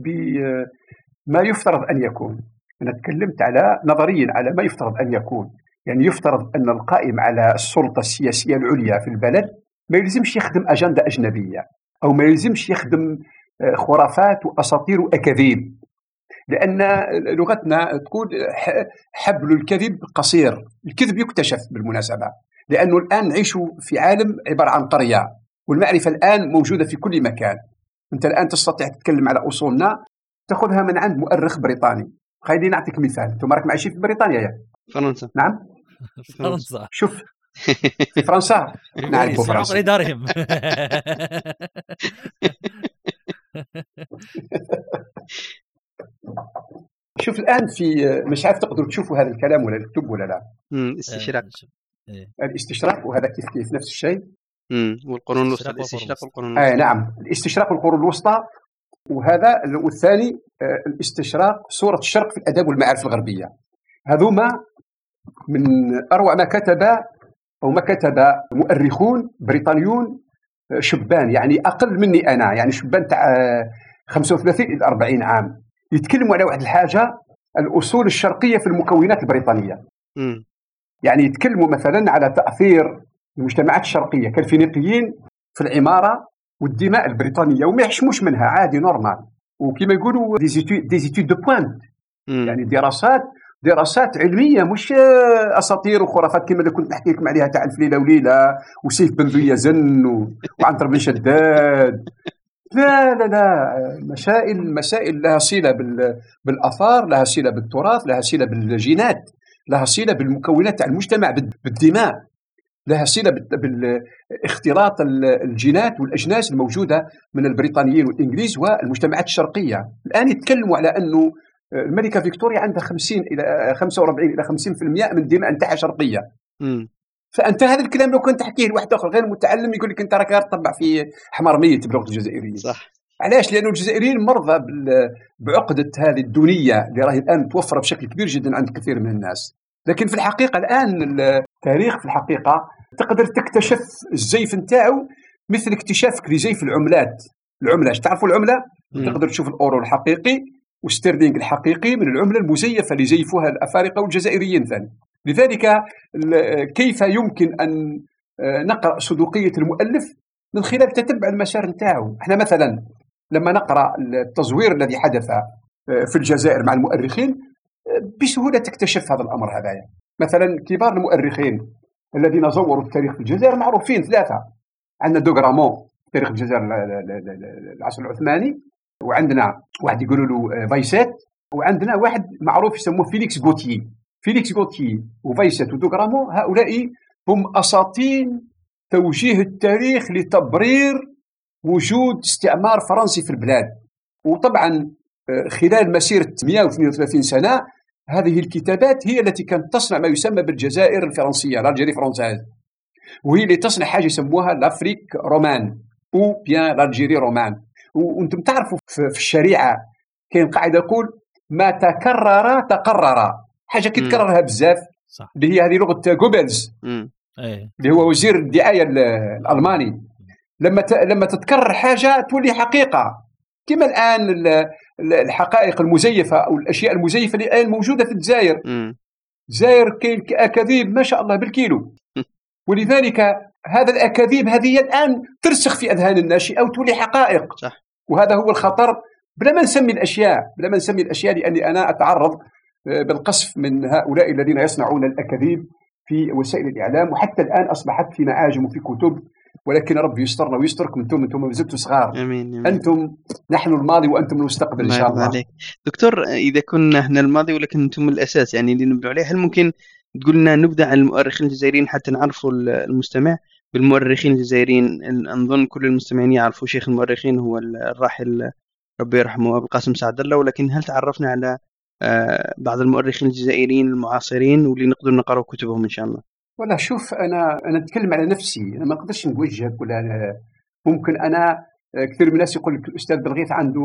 بما يفترض أن يكون. أنا تكلمت على نظريا على ما يفترض أن يكون. يعني يفترض أن القائم على السلطة السياسية العليا في البلد ما يلزمش يخدم أجندة أجنبية، أو ما يلزمش يخدم خرافات وأساطير وأكاذيب، لأن لغتنا تقول حبل الكذب قصير. الكذب يكتشف بالمناسبة، لأنه الآن نعيش في عالم عبارة عن قرية، والمعرفة الآن موجودة في كل مكان. أنت الآن تستطيع تتكلم على أصولنا تأخذها من عند مؤرخ بريطاني. خليني نعطيك مثال. أنتم راكم عايشين في بريطانيا يا فرنسا. نعم، فرنسا. شوف في فرنسا نعرف فرنسا. دارهم. شوف الآن في مش عارف تقدروا تشوفوا هذا الكلام ولا الكتب ولا لا. استشراق. الاستشراق وهذا كيف نفس الشيء. والقرون الوسطى. الاستشراق والقرون الوسطى. نعم، الاستشراق والقرون الوسطى. وهذا والثاني الاستشراق صورة الشرق في الأدب والمعارف الغربية. هذوما من أروع ما كتب مؤرخون بريطانيون شبان، يعني أقل مني أنا، يعني شبان تاع 35 إلى 40 عام، يتكلموا على واحد الحاجة، الأصول الشرقية في المكونات البريطانية. يعني يتكلموا مثلا على تأثير المجتمعات الشرقية كالفينيقيين في العمارة والدماء البريطانية، وما يحشموش منها، عادي نورمال. وكما يقولوا ديزيتود دو بوينت، يعني دراسات علمية، مش أساطير وخرافات كما اللي كنت نحكي لكم عليها تاع ألف ليلة وليلة وسيف بن ذو يزن وعنتر بن شداد. لا لا لا، مسائل لها صلة بالآثار، لها صلة بالتراث، لها صلة بالجينات، لها صلة بالمكونات تاع المجتمع، بالدماء، لها صلة باختلاط الجينات والأجناس الموجودة من البريطانيين والإنجليز والمجتمعات الشرقية. الآن يتكلموا على أنه الملكة فيكتوريا عندها 50 إلى 45 إلى 50% من الدماء نتاعها شرقية. فأنت هذا الكلام لو كنت تحكيه لواحد آخر غير متعلم يقول لك أنت راك تطبع في حمار ميت بلغة الجزائريين. صح. علاش؟ لأنه الجزائريين مرضى بعقدة هذه الدونية اللي راهي الآن متوفرة بشكل كبير جدا عند كثير من الناس. لكن في الحقيقة الآن التاريخ في الحقيقة تقدر تكتشف الزيف نتاعو مثل اكتشافك لزيف العملات. تعرفوا العملة؟ تقدر تشوف الأورو الحقيقي والستيرلينغ الحقيقي من العملة المزيفة اللي زيفوها الأفارقة والجزائريين ثاني. لذلك كيف يمكن أن نقرأ صدوقية المؤلف؟ من خلال تتبع المسار نتاعو. احنا مثلا لما نقرأ التزوير الذي حدث في الجزائر مع المؤرخين بسهولة تكتشف هذا الأمر هذايا. مثلا كبار المؤرخين الذين زوروا التاريخ في الجزائر معروفين ثلاثة. عندنا دوغرامون تاريخ الجزائر العصر العثماني، وعندنا واحد يقولوا له فايسات، وعندنا واحد معروف يسموه فيليكس غوتيي وفايسات ودوغرامون. هؤلاء هم أساطين توجيه التاريخ لتبرير وجود استعمار فرنسي في البلاد. وطبعا خلال مسيرة 132 سنة هذه الكتابات هي التي كانت تصنع ما يسمى بالجزائر الفرنسية، l'Algérie française، وهي اللي تصنع حاجة يسموها l'Afrique romane ou bien l'Algérie romane. وانتم تعرفوا في الشريعة كاين قاعدة يقول ما تكرر تقرر، حاجة كي تكررها بزاف صح. اللي هي هذه لغة جوبلز اللي هو وزير الدعاية الألماني. لما تتكرر حاجة تولي حقيقة، كما الآن الحقائق المزيفة أو الأشياء المزيفة اللي الآن موجودة في الجزائر. الجزائر كاين أكاذيب ما شاء الله بالكيلو، ولذلك هذا الأكاذيب هذه الآن ترسخ في أذهان الناس أو تولي حقائق. صح. وهذا هو الخطر، بلا ما نسمي الأشياء لأني أنا أتعرض بالقصف من هؤلاء الذين يصنعون الأكاذيب في وسائل الإعلام، وحتى الآن أصبحت في معاجم وفي كتب، ولكن ربي يسترنا ويستركم. أنتم ما زلتوا صغار. أمين. أنتم نحن الماضي وأنتم المستقبل إن شاء الله. عليك. دكتور، إذا كنا احنا الماضي ولكن أنتم الأساس يعني اللي نبدأ عليه، هل ممكن تقول لنا نبدأ عن المؤرخين الجزائريين حتى نعرفوا المستمع بالمؤرخين الجزائريين؟ نظن كل المستمعين يعرفوا شيخ المؤرخين هو الراحل ربي يرحمه أبو القاسم سعد الله، ولكن هل تعرفنا على بعض المؤرخين الجزائريين المعاصرين واللي نقدر نقرأ كتبهم إن شاء الله؟ ولا شوف، أنا أتكلم على نفسي، أنا ما أقدرش نوجهك ولا ممكن. أنا كثير من الناس يقول لك الأستاذ بالغيث عنده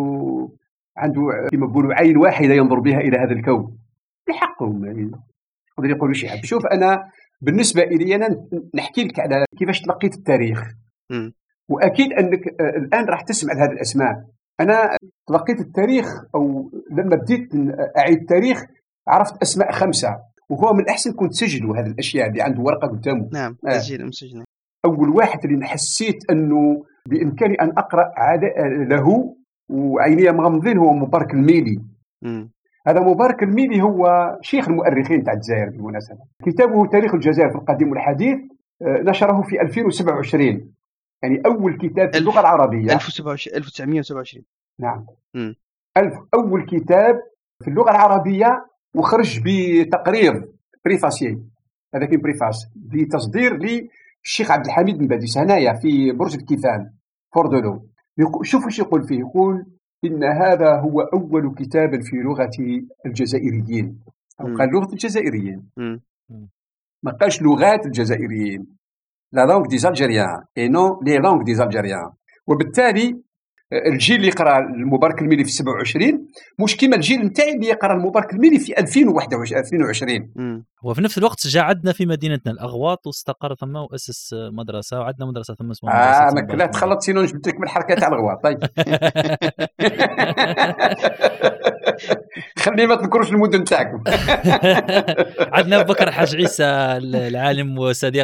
كما يقولوا عين واحدة ينظر بها إلى هذا الكون. بحقهم يقدر يقولوا شيء. شوف، أنا بالنسبة إلي أنا نحكي لك على كيفاش تلقيت التاريخ. وأكيد أنك الآن راح تسمع هذه الأسماء. أنا تلقيت التاريخ، أو لما بديت أعيد التاريخ عرفت أسماء 5، وهو من الأحسن كنت تسجلوا هذه الأشياء اللي عنده ورقة قدامه. نعم، تسجيل مسجل. أول واحد اللي حسيت أنه بإمكاني أن أقرأ له وعيني مغمضين هو مبارك الميلي. هذا مبارك الميلي هو شيخ المؤرخين تاع الجزائر بالمناسبة. كتابه تاريخ الجزائر في القديم والحديث نشره في 2027، يعني أول كتاب في اللغة العربية. 1927. نعم. أول كتاب في اللغة العربية، وخرج بتقرير بريفاسي، هذا كان بريفاس بتصدير للشيخ عبد الحميد بن باديس هنايا في برج الكيثان فوردولو. شوف ايش يقول فيه، يقول إن هذا هو أول كتاب في لغة الجزائريين، أو قال لغة الجزائريين، ما قالش لغات الجزائريين، لا لانغ ديز الجيريان اي نو لي لانغ ديز الجيريان. وبالتالي الجيل اللي يقرا المبارك الميلي في 27 مش كيما الجيل نتاعي اللي يقرا المبارك الميلي في 2021. وفي نفس الوقت جا عندنا في مدينتنا الأغواط واستقر ثم وأسس مدرسة، وعندنا مدرسة ثم اسمها مدرسة لا تخلط سينو جبت لك من الحركة تاع الأغواط. طيب خلي ما تذكروش المدن تاعكم. عندنا بكر حاج عيسى العالم وصديق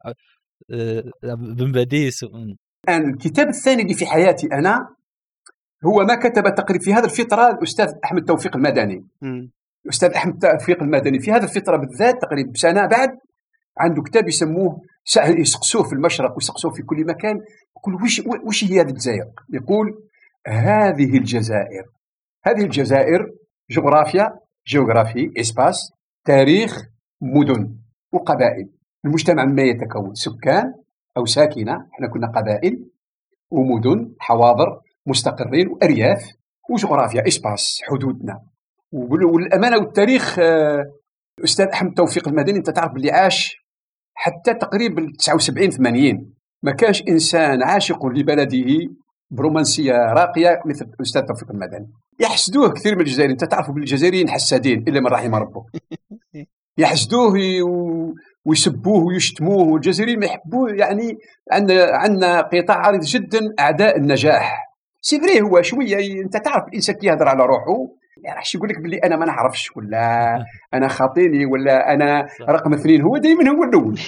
بن باديس. الكتاب الثاني اللي في حياتي أنا هو ما كتب تقريبا في هذه الفترة الأستاذ أحمد توفيق المدني. الأستاذ أحمد توفيق المدني في هذه الفترة بالذات تقريبا بسنة بعد عنده كتاب يسموه يسقسوه في المشرق ويسقسوه في كل مكان، يقول وش هي هذه الجزائر؟ يقول هذه الجزائر جغرافي إسباس، تاريخ، مدن وقبائل. المجتمع ما يتكون سكان أو ساكنة، احنا كنا قبائل ومدن حواضر مستقرين وأرياف وجغرافيا إسباس حدودنا. والأمانة والتاريخ الأستاذ أحمد توفيق المدني أنت تعرف اللي عاش حتى تقريبا 79-80، ما كانش إنسان عاشق لبلده برومانسية راقية مثل الأستاذ توفيق المدني. يحسدوه كثير من الجزائريين، أنت تعرف بالجزائريين حسادين إلا من رحم ربه. يحسدوه ويسبوه ويشتموه، والجزائريين ما يحبوه. يعني عندنا قطاع عريض جدا أعداء النجاح. سيفري هو شوية أنت تعرف الإنسان كي يهضر على روحه يعني راح يقول لك باللي أنا ما نعرفش، ولا أنا خاطيني، ولا أنا رقم 2. هو دائما هو الأول.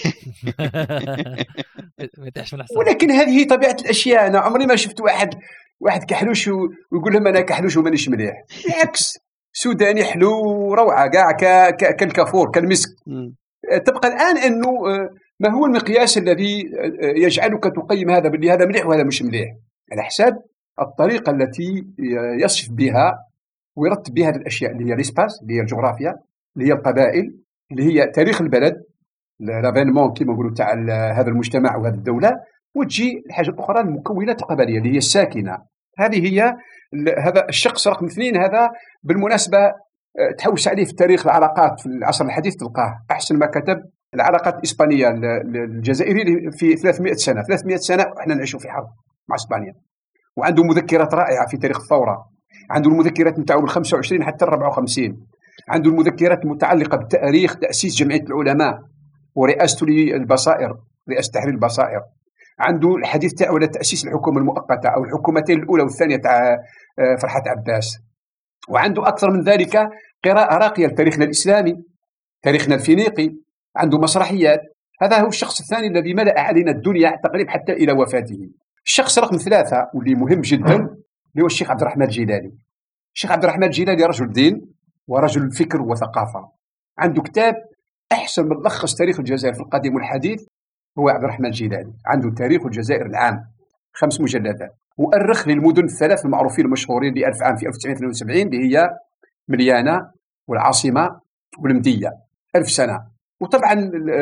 ولكن هذه طبيعة الأشياء. أنا عمري ما شفت واحد كحلوش ويقول لهم أنا كحلوش ومانيش مليح. بالعكس، سوداني حلو روعة كاع كالكافور كالمسك. تبقى الآن أنه ما هو المقياس الذي يجعلك تقيم هذا باللي هذا مليح وهذا مش مليح؟ على حساب الطريقة التي يصف بها ويرتب بها هذه الأشياء اللي هي الإسباس، اللي هي الجغرافيا، اللي هي القبائل، اللي هي تاريخ البلد، لافينمون كما نقولوا تاع هذا المجتمع وهذه الدولة. وتجي الحاجة الأخرى المكونات القبلية اللي هي الساكنة. هذه هي هذا الشخص رقم 2. هذا بالمناسبة تحوس عليه في التاريخ العلاقات في العصر الحديث تلقاه أحسن ما كتب العلاقات الإسبانية الجزائرية في 300 سنة 300 سنة وإحنا نعيشوا في حرب مع إسبانيا. وعنده مذكرات رائعة في تاريخ الثورة، عنده المذكرات نتاعو من 25 حتى 54، عنده المذكرات المتعلقة بتاريخ تأسيس جمعية العلماء ورئاسته للبصائر، رئاسة تحرير البصائر. عنده الحديث تاعو على تأسيس الحكومة المؤقتة أو الحكومتين الأولى والثانية تاع فرحات عباس. وعنده أكثر من ذلك قراءة راقية لتاريخنا الإسلامي، تاريخنا الفينيقي، عنده مسرحيات. هذا هو الشخص الثاني الذي ملأ علينا الدنيا تقريبا حتى إلى وفاته. الشخص رقم 3 واللي مهم جدا اللي هو الشيخ عبد الرحمن الجيلاني. الشيخ عبد الرحمن الجيلاني رجل دين ورجل فكر وثقافة. عنده كتاب أحسن من لخص تاريخ الجزائر في القديم والحديث هو عبد الرحمن الجيلاني. عنده تاريخ الجزائر العام 5 مجلدات. مؤرخ للمدن الثلاث المعروفين المشهورين ل1000 عام في 1972 اللي هي مليانة والعاصمة والمدية 1000 سنة. وطبعا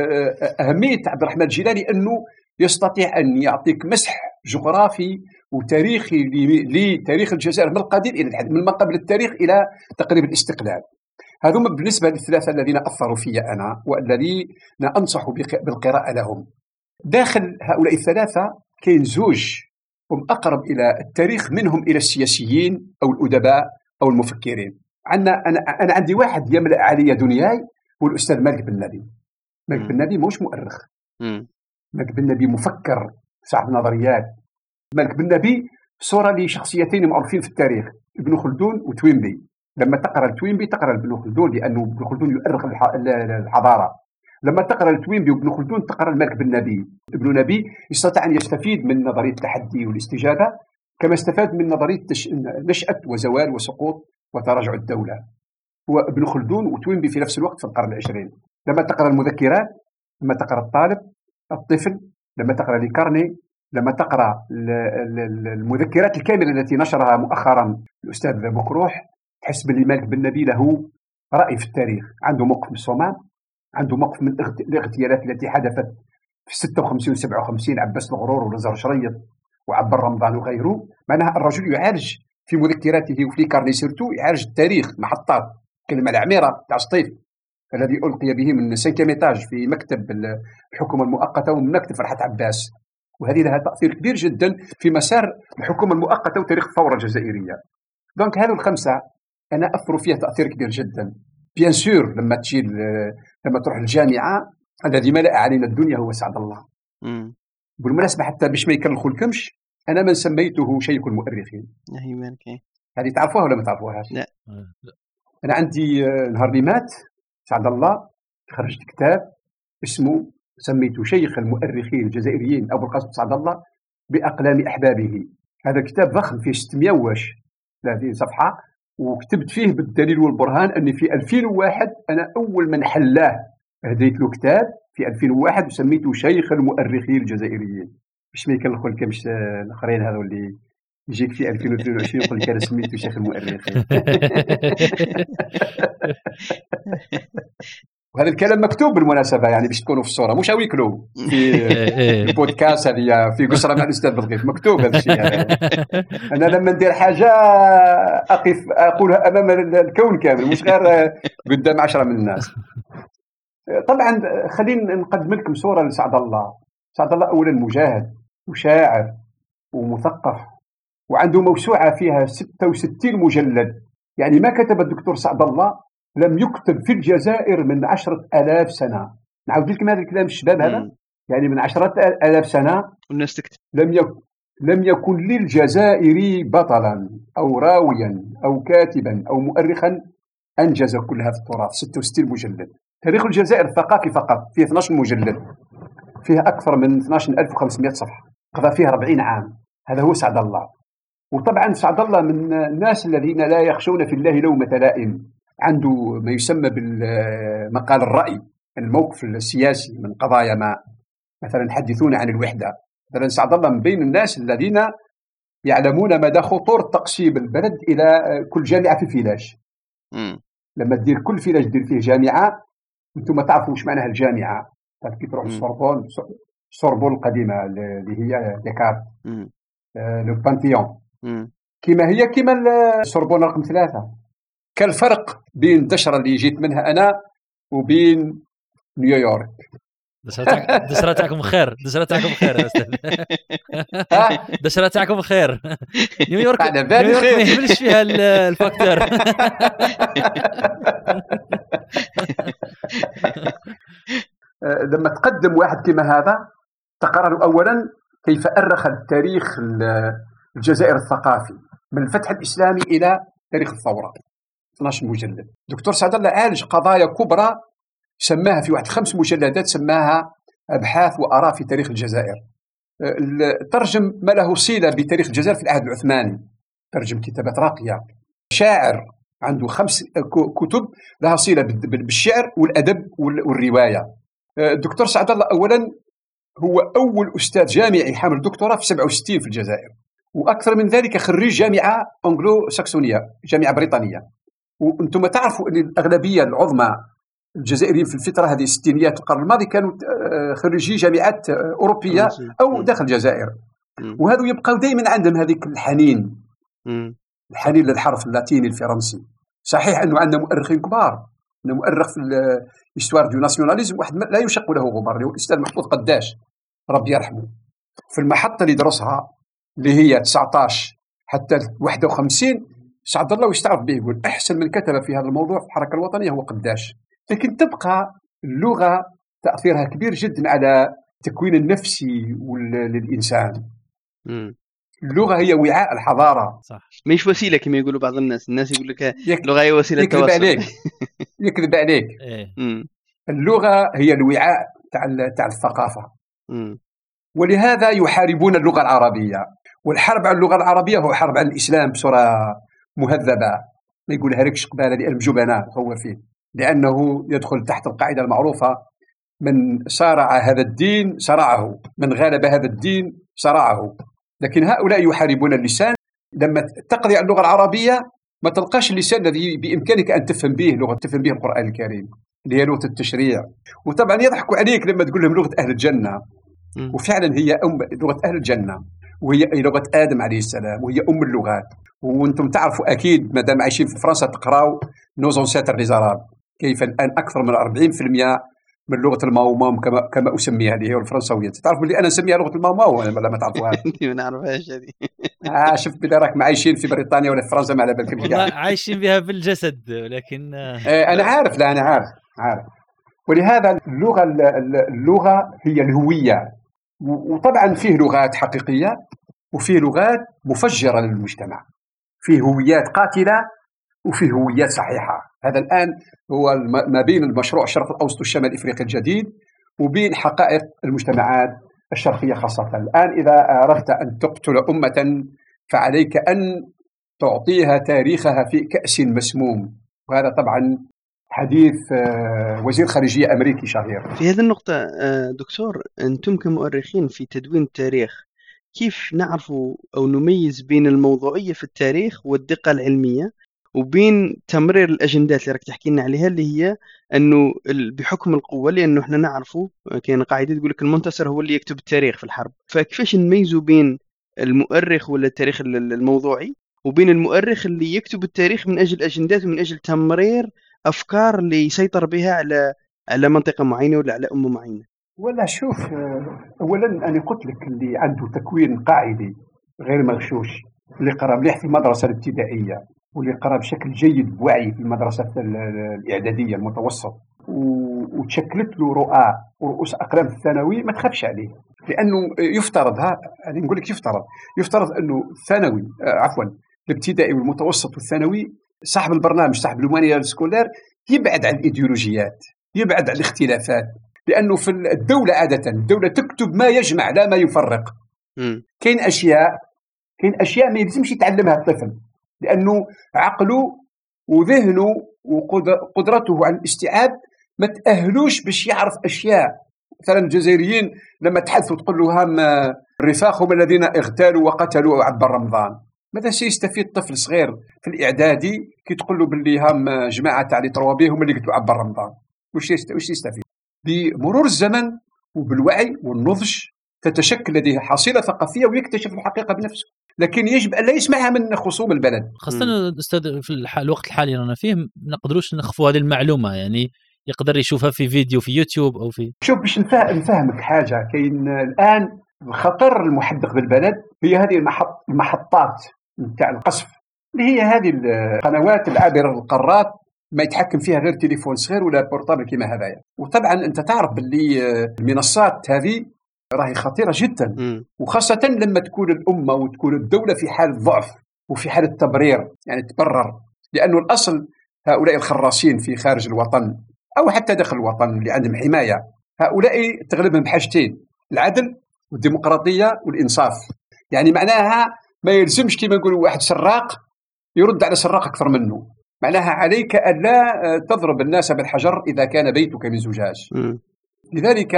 أهمية عبد الرحمن الجيلاني أنه يستطيع أن يعطيك مسح جغرافي وتاريخي لتاريخ الجزائر من القديم إلى الحديث، من ما قبل التاريخ إلى تقريبا الاستقلال. هذوما بالنسبة للثلاثة الذين أثروا في أنا والذين أنصح بالقراءة لهم. داخل هؤلاء الثلاثة كاين زوج هم أقرب إلى التاريخ منهم إلى السياسيين أو الأدباء أو المفكرين. أنا عندي واحد يملأ علي دنياي هو الأستاذ مالك بن نبي. مالك بن نبي مش مؤرخ، مالك بن نبي مفكر صاحب نظريات. مالك بن نبي صورة لشخصيتين معروفين في التاريخ، ابن خلدون وتوينبي. لما تقرأ التوينبي تقرأ ابن خلدون لأنه ابن خلدون يؤرخ الحضارة. لما تقرأ التوينبي وابن خلدون تقرأ الملك بن نبي. ابن نبي يستطيع أن يستفيد من نظرية التحدي والاستجابة كما استفاد من نظرية نشأة وزوال وسقوط وتراجع الدولة. هو ابن خلدون وتوينبي في نفس الوقت في القرن العشرين. لما تقرأ المذكرات، لما تقرأ الطالب الطفل، لما تقرأ لكارني، لما تقرأ المذكرات الكاملة التي نشرها مؤخرا الأستاذ مكروح، تحس باللي مالك بن نبي له رأي في التاريخ. عنده موقف من الصومال، عنده موقف من الاغتيالات التي حدثت في 56 و 57، عباس الغرور ونزار شريط وعبر رمضان وغيره. معناها الرجل يعالج في مذكراته وفي كارني سيرتو يعالج التاريخ محطات. كلمة العميرة تاع سطيف الذي ألقي به من 5 إيطاج في مكتب الحكومة المؤقتة ومن مكتب فرحات عباس، وهذه لها تأثير كبير جدا في مسار الحكومة المؤقتة وتاريخ الثورة الجزائرية. دونك هذو الخمسة أنا أثروا فيها تأثير كبير جدا. بيان سور لما تروح الجامعة الذي ملأ علينا الدنيا هو سعد الله. بالمناسبة حتى باش ما يكلخولكمش أنا من سميته شيخ المؤرخين. هذه تعرفوها ولا ما تعرفوهاش؟ لا. أنا عندي نهار اللي مات سعد الله خرجت كتاب اسمه سميته شيخ المؤرخين الجزائريين أبو القاسم سعد الله بأقلام أحبابه. هذا كتاب ضخم فيه 630 صفحة، وكتبت فيه بالدليل والبرهان أني في 2001 أنا أول من حلاه هديت له كتاب في 2001 وسميته شيخ المؤرخين الجزائريين. باش ما يكلخولكمش الآخرين هذو اللي يجيك في 2022 يقول لك أنا سميته شيخ المؤرخين. وهذا الكلام مكتوب بالمناسبة يعني باش تكونوا في الصورة، مش أويكلو في البودكاست هذه في قصرة مع الأستاذ بالغيث مكتوب هذا الشيء. أنا لما ندير حاجة أقولها أمام الكون كامل مش غير قدام 10 من الناس. طبعا خلينا نقدم لكم صورة لسعد الله. سعد الله أولا مجاهد وشاعر ومثقف، وعنده موسوعة فيها 66 مجلد. يعني ما كتب الدكتور سعد الله لم يكتب في الجزائر من 10,000 سنة. نعود لكم هذا الكلام الشباب هذا، يعني من 10,000 سنة والناس تكتب. لم يكن للجزائر بطلا أو راويا أو كاتبا أو مؤرخا أنجز كل هذا التراث. 66 مجلد. تاريخ الجزائر الثقافي فقط فيه 12 مجلد، فيه أكثر من 12,500 صفحة، قضى فيها 40 عام. هذا هو سعد الله. وطبعا سعد الله من الناس الذين لا يخشون في الله لومة لائم. عنده ما يسمى بالمقال الرأي، الموقف السياسي من قضايا ما، مثلا حدثون عن الوحدة. مثلا سعد الله من بين الناس الذين يعلمون مدى خطورة تقسيم البلد إلى كل جامعة في فيلاج. لما تدير كل فيلاج تدير فيه جامعة، أنتم تعرفوا وش معناها الجامعة. كي تروح السوربون القديمة اللي هي ديكارت، لو بانتيون كما هي كما السوربون رقم 3. كالفرق بين الدشرة اللي جيت منها أنا وبين نيويورك. دشرة تاعكم خير يا أستاذ. دشرة تاعكم خير. نيويورك ما يحملش فيها الفاكتور. لما تقدم واحد كما هذا تقرأ له أولا كيف أرخ التاريخ الجزائر الثقافي من الفتح الإسلامي إلى تاريخ الثورة، 12 مجلد. دكتور سعد الله عالج قضايا كبرى سماها في واحد 5 مجلدات، سماها أبحاث وآراء في تاريخ الجزائر. ترجم ما له صلة بتاريخ الجزائر في العهد العثماني، ترجم كتابات راقية. شاعر عنده 5 كتب لها صلة بالشعر والأدب والرواية. الدكتور سعد الله أولا هو أول أستاذ جامعي حامل دكتوراه في 67 في الجزائر، وأكثر من ذلك خريج جامعة أنجلو ساكسونية، جامعة بريطانية. وأنتم تعرفوا أن الأغلبية العظمى الجزائريين في الفترة هذه الستينيات القرن الماضي كانوا خريجي جامعات أوروبية أو داخل الجزائر، وهذو يبقوا دائما عندهم هذيك الحنين للحرف اللاتيني الفرنسي. صحيح أنه عندنا مؤرخين كبار، عندنا مؤرخ في الإستوار دو ناسيوناليزم واحد لا يشق له غبار، اللي هو الأستاذ محمود قداش ربي يرحمه. في المحطة اللي درسها اللي هي 19 حتى 51 سعد الله ويستعرف به، يقول أحسن من كتب في هذا الموضوع في الحركة الوطنية هو قداش. لكن تبقى اللغة تأثيرها كبير جدا على التكوين النفسي للإنسان. اللغة هي وعاء الحضارة، صح، مش وسيلة كما يقولوا بعض الناس يقول لك اللغة هي وسيلة يكذب عليك. يكذب عليك. اللغة هي الوعاء تاع الثقافة. ولهذا يحاربون اللغة العربية، والحرب على اللغة العربية هو حرب على الإسلام بصورة مهذبة، ما يقولها لكش قبالة لأن جبناء هو فيه، لأنه يدخل تحت القاعدة المعروفة: من صارع هذا الدين صرعه، من غالب هذا الدين صرعه. لكن هؤلاء يحاربون اللسان. لما تقضي على اللغة العربية ما تلقاش اللسان الذي بإمكانك أن تفهم به القرآن الكريم اللي هي لغة التشريع. وطبعا يضحكوا عليك لما تقول لهم لغة أهل الجنة، وفعلا هي لغة أهل الجنة، وهي لغة آدم عليه السلام، وهي اللغات. وانتم تعرفوا أكيد ما دام عايشين في فرنسا تقراوا نوز أنسيتر لي زاراب، كيف الآن أكثر من 40% من لغة الماوماو كما أسميها اللي هي الفرنسوية. تعرف بلي أنا نسميها لغة الماوماو ولا ما تعرفوها؟ ما نعرفهاش هذه. شفت بلي راك عايشين في بريطانيا ولا في فرنسا ما على بالك. والله عايشين بها بالجسد، لكن أنا عارف. لا أنا عارف. ولهذا اللغة هي الهوية. وطبعا فيه لغات حقيقية وفيه لغات مفجرة للمجتمع، فيه هويات قاتلة وفيه هويات صحيحة. هذا الآن هو ما بين المشروع الشرق الأوسط والشمال الإفريقي الجديد وبين حقائق المجتمعات الشرقية خاصة. الآن إذا أردت أن تقتل أمة فعليك أن تعطيها تاريخها في كأس مسموم، وهذا طبعا حديث وزير خارجية أمريكي شهير. في هذه النقطة دكتور، أنتم كمؤرخين في تدوين التاريخ كيف نعرفوا أو نميز بين الموضوعية في التاريخ والدقة العلمية وبين تمرير الأجندات اللي راك تحكي لنا عليها، اللي هي أنه بحكم القوة، لأنه إحنا نعرفوا كاين قاعدة تقول لك المنتصر هو اللي يكتب التاريخ في الحرب. فكيفاش نميزوا بين المؤرخ ولا التاريخ الموضوعي وبين المؤرخ اللي يكتب التاريخ من أجل أجندات ومن أجل تمرير أفكار اللي يسيطر بها على منطقة معينة ولا على أمة معينة؟ ولا شوف، أولا أنا قلت لك اللي عنده تكوين قاعدي غير مغشوش، اللي قرأ مليح في المدرسة الابتدائية واللي قرأ بشكل جيد بوعي في المدرسة الإعدادية المتوسط وتشكلت له رؤى ورؤوس أقلام في الثانوي، ما تخافش عليه. لأنه يفترض، أنا نقول لك يفترض أنه الثانوي الابتدائي والمتوسط والثانوي صاحب البرنامج صاحب المانيال سكولير يبعد عن الإيديولوجيات، يبعد عن الاختلافات، لأنه في الدولة عادة الدولة تكتب ما يجمع لا ما يفرق. كاين أشياء ما يلزمش يتعلمها الطفل، لأنه عقله وذهنه وقدرته على الاستيعاب ما تأهلوش باش يعرف أشياء. مثلا الجزائريين لما تحدثوا تقول له هم الرفاق هم الذين اغتالوا وقتلوا عبد رمضان، ماذا سيستفيد طفل صغير في الإعدادي كي تقول له باللي هم جماعة تاع لي تروابيه هم اللي قتلوا عبد رمضان؟ وش يستفيد؟ بمرور الزمن وبالوعي والنضج تتشكل لديه حصيلة ثقافية ويكتشف الحقيقة بنفسه. لكن يجب أن لا يسمعها من خصوم البلد. خاصة أستاذ في الوقت الحالي رانا فيه ما نقدروش نخفوا هذه المعلومة، يعني يقدر يشوفها في فيديو في يوتيوب أو في. شوف باش نفهمك حاجة، كاين الآن الخطر المحدق بالبلد هي هذه المحطات نتاع القصف، اللي هي هذه القنوات العابرة للقارات ما يتحكم فيها غير تليفون صغير ولا بورتابل كما هذايا. وطبعا أنت تعرف باللي المنصات هذه راهي خطيرة جدا، وخاصة لما تكون الأمة وتكون الدولة في حال ضعف وفي حال التبرير، يعني تبرر، لأنه الأصل هؤلاء الخراصين في خارج الوطن أو حتى داخل الوطن اللي عندهم حماية، هؤلاء تغلبهم بحاجتين: العدل والديمقراطية والإنصاف. يعني معناها ما يلزمش كما نقولوا واحد سراق يرد على سراق أكثر منه، معناها عليك ألا تضرب الناس بالحجر إذا كان بيتك من زجاج. لذلك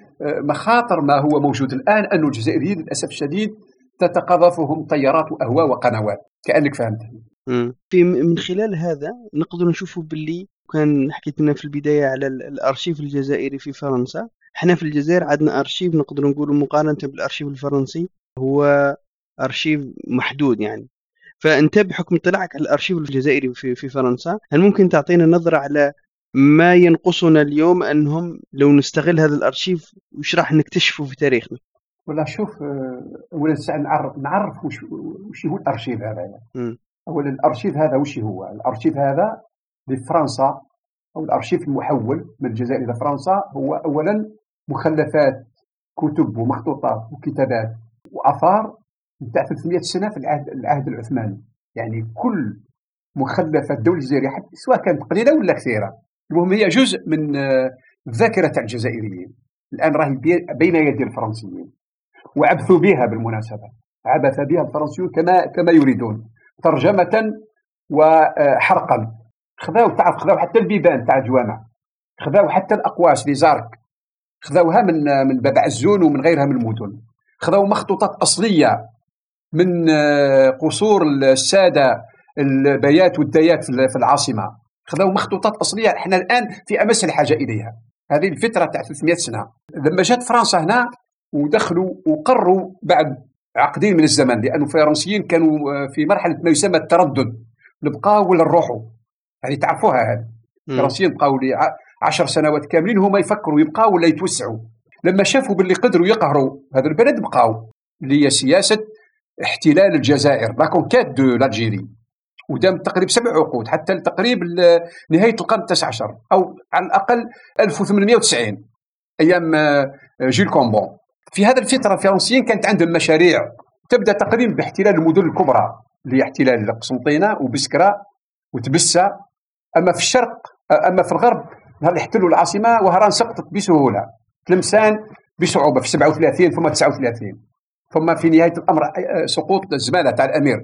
مخاطر ما هو موجود الآن أن الجزائريين للأسف الشديد تتقاذفهم طيارات وأهواء وقنوات، كأنك فهمت. في من خلال هذا نقدر نشوفوا باللي كان حكيت لنا في البداية على الأرشيف الجزائري في فرنسا. احنا في الجزائر عندنا أرشيف نقدر نقول مقارنة بالأرشيف الفرنسي هو أرشيف محدود يعني. فأنت بحكم اطلاعك على الأرشيف الجزائري في فرنسا، هل ممكن تعطينا نظرة على ما ينقصنا اليوم أنهم لو نستغل هذا الأرشيف وش راح نكتشفه في تاريخنا؟ ولا شوف، أولا نعرف وش هو الأرشيف هذا. أولا الأرشيف هذا وش هو؟ الأرشيف هذا لفرنسا أو الأرشيف المحول من الجزائر إلى فرنسا هو أولا مخلفات كتب ومخطوطات وكتابات وآثار نتاع 300 سنة في العهد العثماني. يعني كل مخلفات الدولة الجزائرية سواء كانت قليلة ولا كثيرة، المهم هي جزء من الذاكرة تاع الجزائريين. الآن راهي بين يدي الفرنسيين وعبثوا بها، بالمناسبة عبث بها الفرنسيون كما يريدون، ترجمة وحرقا. خذاو حتى البيبان تاع الجوامع، خذاو حتى الأقواس لزارك، خذاوها من باب عزون ومن غيرها من المدن، خذاو مخطوطات أصلية من قصور السادة البيات والديات في العاصمة، خذاو مخطوطات أصلية احنا الآن في أمس الحاجة إليها. هذه الفترة تاع 300 سنة لما جات فرنسا هنا ودخلوا وقروا بعد عقدين من الزمن، لأن الفرنسيين كانوا في مرحلة ما يسمى التردد، نبقاو ولا نروحوا. يعني تعرفوها هذه الفرنسيين بقاو لي 10 سنوات كاملين هما يفكروا يبقاو ولا يتوسعوا. لما شافوا باللي قدروا يقهروا هذا البلد بقاو، اللي هي سياسة احتلال الجزائر، لا كونكات دو لالجيري، ودام تقريبا 7 عقود حتى تقريبا نهاية القرن 19 أو على الأقل 1890 أيام جيل كومبون. في هذا الفترة الفرنسيين كانت عندهم مشاريع تبدأ تقريبا باحتلال المدن الكبرى اللي هي احتلال قسنطينة وبسكرة وتبسة. أما في الشرق، أما في الغرب نهار احتلوا العاصمة وهران سقطت بسهولة، تلمسان بصعوبة في 37 ثم 39، ثم في نهاية الأمر سقوط الزمالة تاع الأمير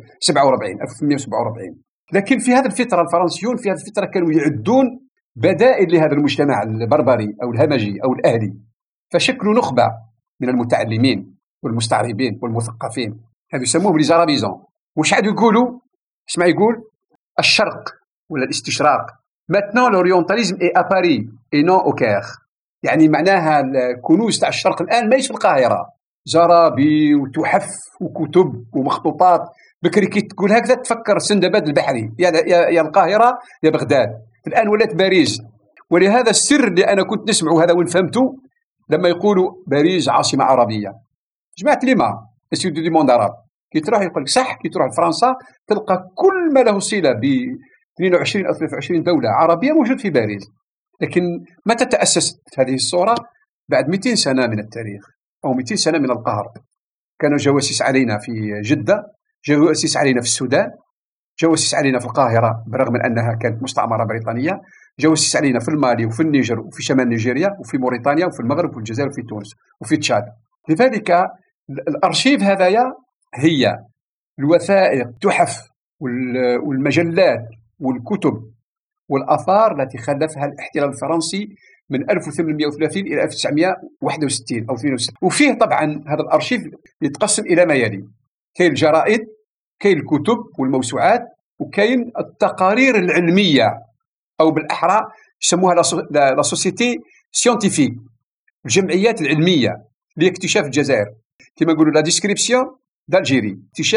1847. لكن في هذه الفترة الفرنسيون في هذه الفترة كانوا يعدون بدائل لهذا المجتمع البربري أو الهمجي أو الأهلي، فشكلوا نخبة من المتعلمين والمستعربين والمثقفين، هذا يسموهم لي زارابيزون. وش عاد يقولوا؟ اسمع، يقول الشرق ولا الاستشراق maintenant l'orientalisme est à Paris et non au Caire. يعني معناها الكنوز تاع الشرق الآن ما في القاهرة، زرابي وتحف وكتب ومخطوطات. بكري كي تقول هكذا تفكر سندباد البحري يا القاهرة يا بغداد، الآن ولات باريس. ولهذا السر اللي أنا كنت نسمعه هذا وين فهمته لما يقولوا باريس عاصمة عربية. جماعة لما اسيو دي موند عرب كي تروح يقول لك صح، كي تروح لفرنسا تلقى كل ما له صلة ب 22 أو 23 دولة عربية موجود في باريس. لكن متى تأسست هذه الصورة؟ بعد 200 سنة من التاريخ أو 200 سنة من القهر. كانوا جواسيس علينا في جدة، جواسيس علينا في السودان، جواسيس علينا في القاهرة برغم من أنها كانت مستعمرة بريطانية، جواسيس علينا في المالي وفي النيجر وفي شمال نيجيريا وفي موريتانيا وفي المغرب وفي الجزائر وفي تونس وفي تشاد. لذلك الأرشيف هذايا هي الوثائق، التحف والمجلات والكتب والآثار التي خلفها الاحتلال الفرنسي من 1830 إلى 1961 أو 62. وفيه طبعا هذا الأرشيف يتقسم إلى ما يلي: كاين الجرائد، كاين الكتب والموسوعات، وكاين التقارير العلمية أو بالأحرى يسموها لا سوسيتي سيونتيفيك، الجمعيات العلمية لاكتشاف الجزائر، كما نقولوا لا ديسكريبسيون دالجيري، اكتشاف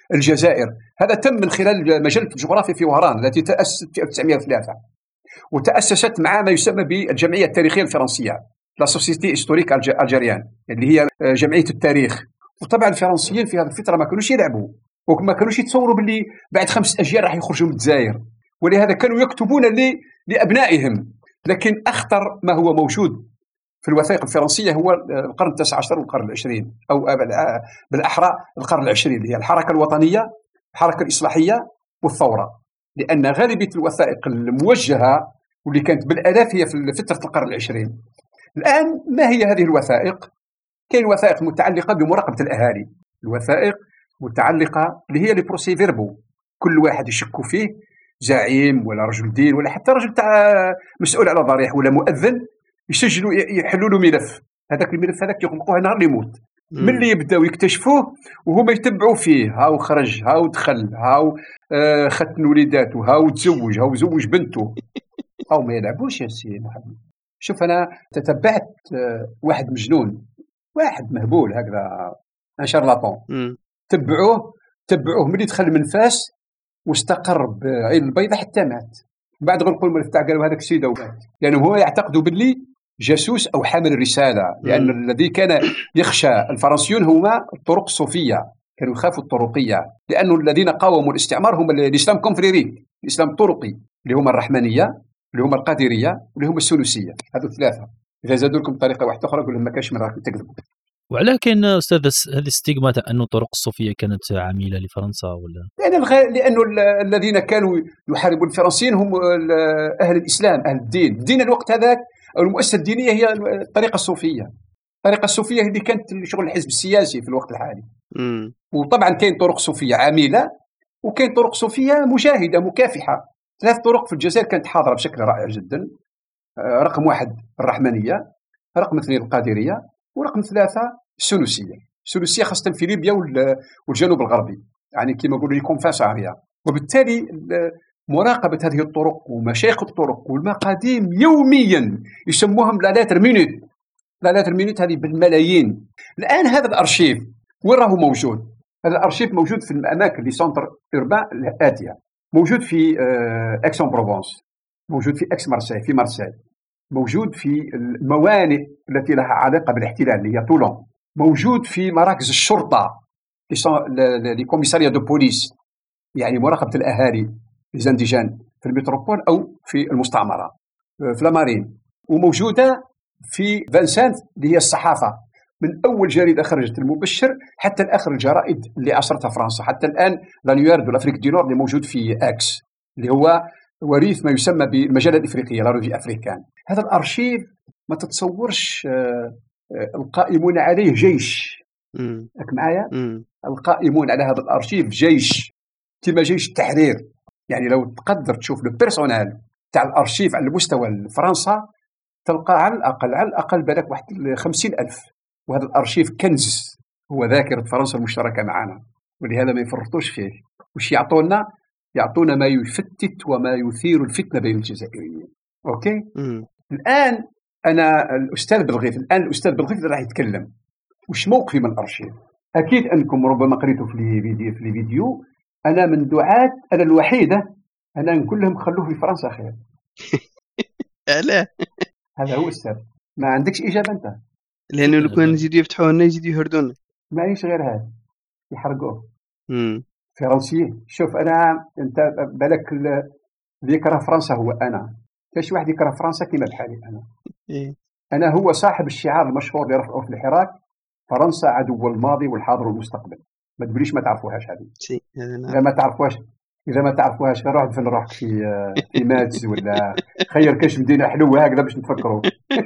الجزائر. هذا تم من خلال مجلة الجغرافيا في وهران التي تأسست في 1903 وتأسست مع ما يسمى بالجمعية التاريخية الفرنسية لا سوسيتي هيستوريك الجيريان اللي هي جمعية التاريخ. وطبعا الفرنسيين في هذه الفترة ما كانوش يلعبوا وما كانوش يتصوروا باللي بعد 5 أجيال راح يخرجوا من الجزائر، ولهذا كانوا يكتبون لأبنائهم. لكن أخطر ما هو موجود في الوثائق الفرنسية هو القرن 19 والقرن 20 أو بالأحرى القرن 20 اللي هي الحركة الوطنية، الحركة الإصلاحية والثورة، لأن غالبية الوثائق الموجهة واللي كانت بالآلاف هي في فترة القرن 20. الآن ما هي هذه الوثائق؟ كاين وثائق متعلقة بمراقبة الأهالي، الوثائق متعلقة اللي هي لي بروسي فيربو، كل واحد يشكوا فيه زعيم ولا رجل دين ولا حتى رجل تاع مسؤول على ضريح ولا مؤذن، يسجلوا يحلوا له ملف، هذاك الملف هذاك يغلقوه نهار اللي يموت. من اللي يبداو يكتشفوه وهما يتبعوا فيه، هاو خرج، هاو دخل، هاو ختن وليداته، هاو تزوج، هاو زوج بنته، هاو ما يلعبوش يا سي محمد. شوف أنا تتبعت واحد مجنون، واحد مهبول هكذا، ان شارلاتون، تبعوه ملي دخل من فاس واستقر بعين البيضاء حتى مات. بعد غلقوا الملف تاع قالوا هذاك السيد ومات، لأنه هو يعتقدوا باللي جاسوس أو حامل رسالة، لأن الذي كان يخشى الفرنسيون هما الطرق الصوفية، كانوا يخافوا الطرقية، لأن الذين قاوموا الاستعمار هم الإسلام كونفريري، الإسلام الطرقي اللي هما الرحمانية اللي هما القادرية واللي هما السنوسية، هذو ثلاثة. إذا زادوا لكم طريقة واحدة أخرى قول لهم ما كاش من راكم تكذبوا. وعلاه كاين أستاذ هذه الستيغما تاع أنه الطرق الصوفية كانت عميلة لفرنسا ولا؟ لأنه الذين كانوا يحاربون الفرنسيين هم أهل الإسلام، أهل الدين الوقت هذاك، أو المؤسسة الدينية هي الطريقة الصوفية. الطريقة الصوفية اللي كانت شغل الحزب السياسي في الوقت الحالي. وطبعا كاين طرق صوفية عاملة وكاين طرق صوفية مجاهدة مكافحة. 3 طرق في الجزائر كانت حاضرة بشكل رائع جدا. رقم 1 الرحمانية، رقم 2 القادرية، ورقم 3 السنوسية خاصة في ليبيا والجنوب الغربي، يعني كما يقولوا لكم فاساريا. وبالتالي مراقبة هذه الطرق ومشايخ الطرق والمقاديم يوميا يسموهم لالاتر مينوت، هذه بالملايين. الآن هذا الأرشيف وين راهو موجود؟ هذا الأرشيف موجود في الأماكن اللي سنتر أوربان الآتية، موجود في أكسون بروفونس، موجود في أكس مارسيل في مارسيل، موجود في الموانئ التي لها علاقة بالاحتلال اللي هي طولون، موجود في مراكز الشرطة لي كوميساريا دو بوليس، يعني مراقبة الأهالي الزندجان في المتروبول أو في المستعمرة في لامارين، وموجودة في فانسانت اللي هي الصحافة، من أول جريدة خرجت المبشر حتى الآخر الجرائد اللي أسرتها فرنسا، حتى الآن لانيوار دو لافريك دي نور اللي موجود في أكس اللي هو وريث ما يسمى بالمجلة الإفريقية لا روفي أفريكان. هذا الأرشيف ما تتصورش القائمون عليه جيش، أك معايا؟ القائمون على هذا الأرشيف جيش كما جيش التحرير. يعني لو تقدر تشوف البيرسونال تاع الأرشيف على مستوى فرنسا تلقى على الأقل بالك واحد 50,000. وهذا الأرشيف كنز، هو ذاكرة فرنسا المشتركة معنا، ولهذا ما يفرطوش فيه. وش يعطونا ما يفتت وما يثير الفتنة بين الجزائريين. أوكي؟ الآن أنا الأستاذ بالغيث راح يتكلم. وش موقفي من الأرشيف؟ أكيد أنكم ربما قريتوا في الفيديو أنا من دعاة، أنا الوحيدة أنا نقول لهم خلوه في فرنسا خير. لا هذا هو السبب. ما عندكش إجابة أنت؟ لأنه لو كان يزيدوا يفتحوا لنا يزيدوا يهردونا. ما عيش غير هذا يحرقوه. فرنسيين. شوف أنت بالك اللي يكره فرنسا هو أنا. كاش واحد يكره فرنسا كما بحالي أنا. أنا هو صاحب الشعار المشهور اللي رفعوه في الحراك: فرنسا عدو الماضي والحاضر والمستقبل. ما تقوليش ما تعرفوهاش هذه. إذا ما تعرفوهاش روح دفن روحك في ماتس ولا خير كاش مدينة حلوة هكذا باش نتفكروا.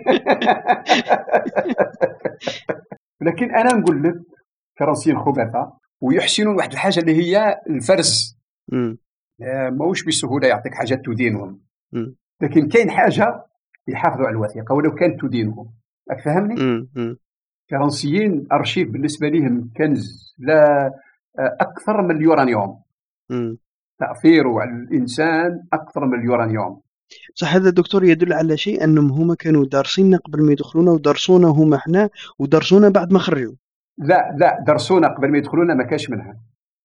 لكن أنا نقول لك فرنسيين خبثاء ويحسنون واحد الحاجة اللي هي الفرز. ماهوش بسهولة يعطيك حاجات تدينهم، لكن كاين حاجة يحافظوا على الوثيقة ولو كانت تدينهم. أفهمني؟ فرنسيين أرشيف بالنسبة لهم كنز، لا أكثر من اليورانيوم. تأثيره على الإنسان أكثر من اليورانيوم. صح. هذا الدكتور يدل على شيء أنهم هما كانوا دارسيننا قبل ما يدخلونا ودرسونا هما إحنا ودرسونا بعد ما خرجوا. لا درسونا قبل ما يدخلونا ما كاش منها.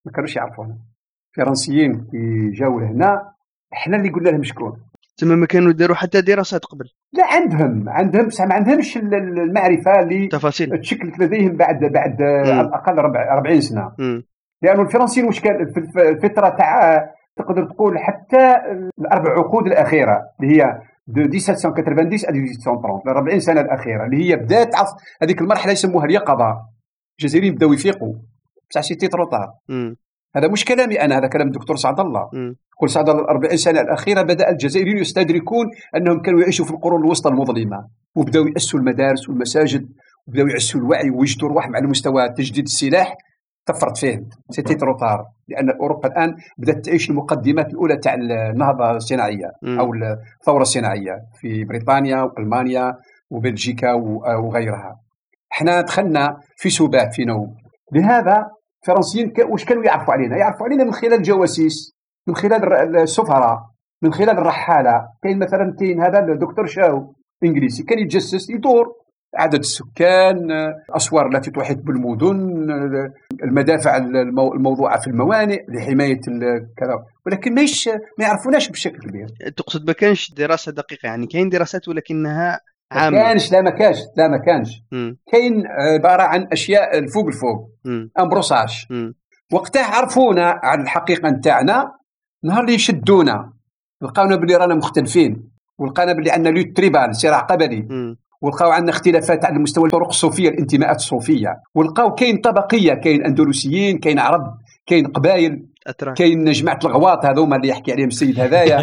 ما كانوش يعرفونا. الفرنسيين كي جاوا لهنا احنا اللي قلنا لهم شكون. ثم ما كانوا داروا حتى دراسات قبل. لا عندهم بصح ما عندهمش المعرفه اللي تفاصيل تشكلت لديهم بعد على الاقل 40 سنه. لأن الفرنسيين واش كان في الفترة تاع تقدر تقول حتى الأربع عقود الأخيرة اللي هي دو 1790 à 1830 40 سنة الأخيرة اللي هي بدات هذيك المرحلة يسموها اليقظة. الجزائريين بداو يفيقوا بصح سيتي تروطار. هذا مش كلامي أنا، هذا كلام الدكتور سعد الله. يقول سعد الله 40 سنة الأخيرة بدأ الجزائريين يستدركون أنهم كانوا يعيشوا في القرون الوسطى المظلمة، وبداو يأسسوا المدارس والمساجد وبداو يعسوا الوعي ويجدوا رواحهم على مستوى تجديد السلاح. طفرت فيه سيتي تروطار، لأن أوروبا الآن بدأت تعيش المقدمات الأولى تاع النهضة الصناعية أو الثورة الصناعية في بريطانيا وألمانيا وبلجيكا وغيرها. احنا دخلنا في سبات في نوم. لهذا الفرنسيين واش كانوا يعرفوا علينا؟ يعرفوا علينا من خلال الجواسيس، من خلال السفراء، من خلال الرحالة. كاين مثلا هذا الدكتور شاو إنجليزي كان يتجسس يدور عدد السكان، الأسوار التي تحيط بالمدن، المدافع الموضوعة في الموانئ لحماية كذا، ولكن ما يعرفوناش بشكل كبير. تقصد ما كانش دراسة دقيقة؟ يعني كاين دراسات ولكنها عامة. ما كانش كاين عبارة عن أشياء الفوق أمبروساج. وقتها عرفونا على الحقيقة نتاعنا نهار اللي يشدونا لقاونا بلي رانا مختلفين، ولقانا بلي عندنا لوت تريبال صراع قبلي، ولقاو عندنا اختلافات على مستوى الطرق الصوفيه، الانتماءات الصوفيه، ولقاو كاين طبقيه، كاين اندلسيين، كاين عرب، كاين قبائل، كاين جماعه الغواط هذوما اللي يحكي عليهم السيد هذايا.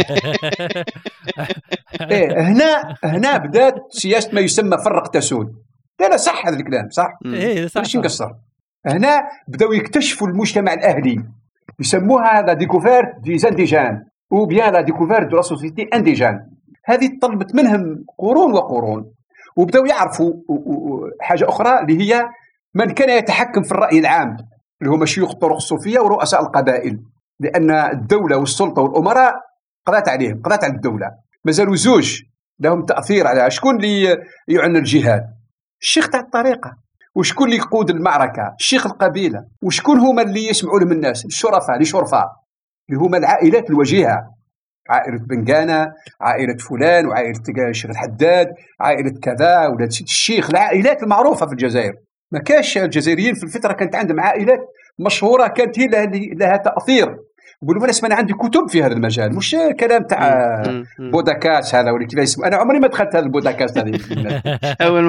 هنا بدات سياسه ما يسمى فرق تسود. لا صح هذا الكلام صح، ماشي نقصر. هنا بداو يكتشفوا المجتمع الاهلي، يسموها لا ديكوفيرت دي زانديجان او بيان لا ديكوفيرت دو لا سوسيتي انديجان. هذه طلبت منهم قرون وقرون، وبداو يعرفوا حاجة أخرى اللي هي من كان يتحكم في الرأي العام اللي هما شيوخ الطرق الصوفية ورؤساء القبائل، لأن الدولة والسلطة والأمراء قضات عليهم، قضات على الدولة. مازالوا زوج لهم تأثير على شكون اللي يعنى الجهاد، الشيخ تاع الطريقة، وشكون اللي يقود المعركة، الشيخ القبيلة، وشكون هما اللي يسمعوا لهم الناس، الشرفاء اللي هما العائلات الوجيهة، عائلة بنقانة، عائلة فلان، وعائلة الشيخ الحداد، عائلة كذا، ولاد الشيخ، العائلات المعروفة في الجزائر. ما كاش الجزائريين في الفترة كانت عندهم عائلات مشهورة كانت هي لها تأثير. وبالمناسبة أنا عندي كتب في هذا المجال، مش كلام تاع بودكاست هذا ولا كيف اسمه. أنا عمري ما دخلت هذا البودكاست هذه. أول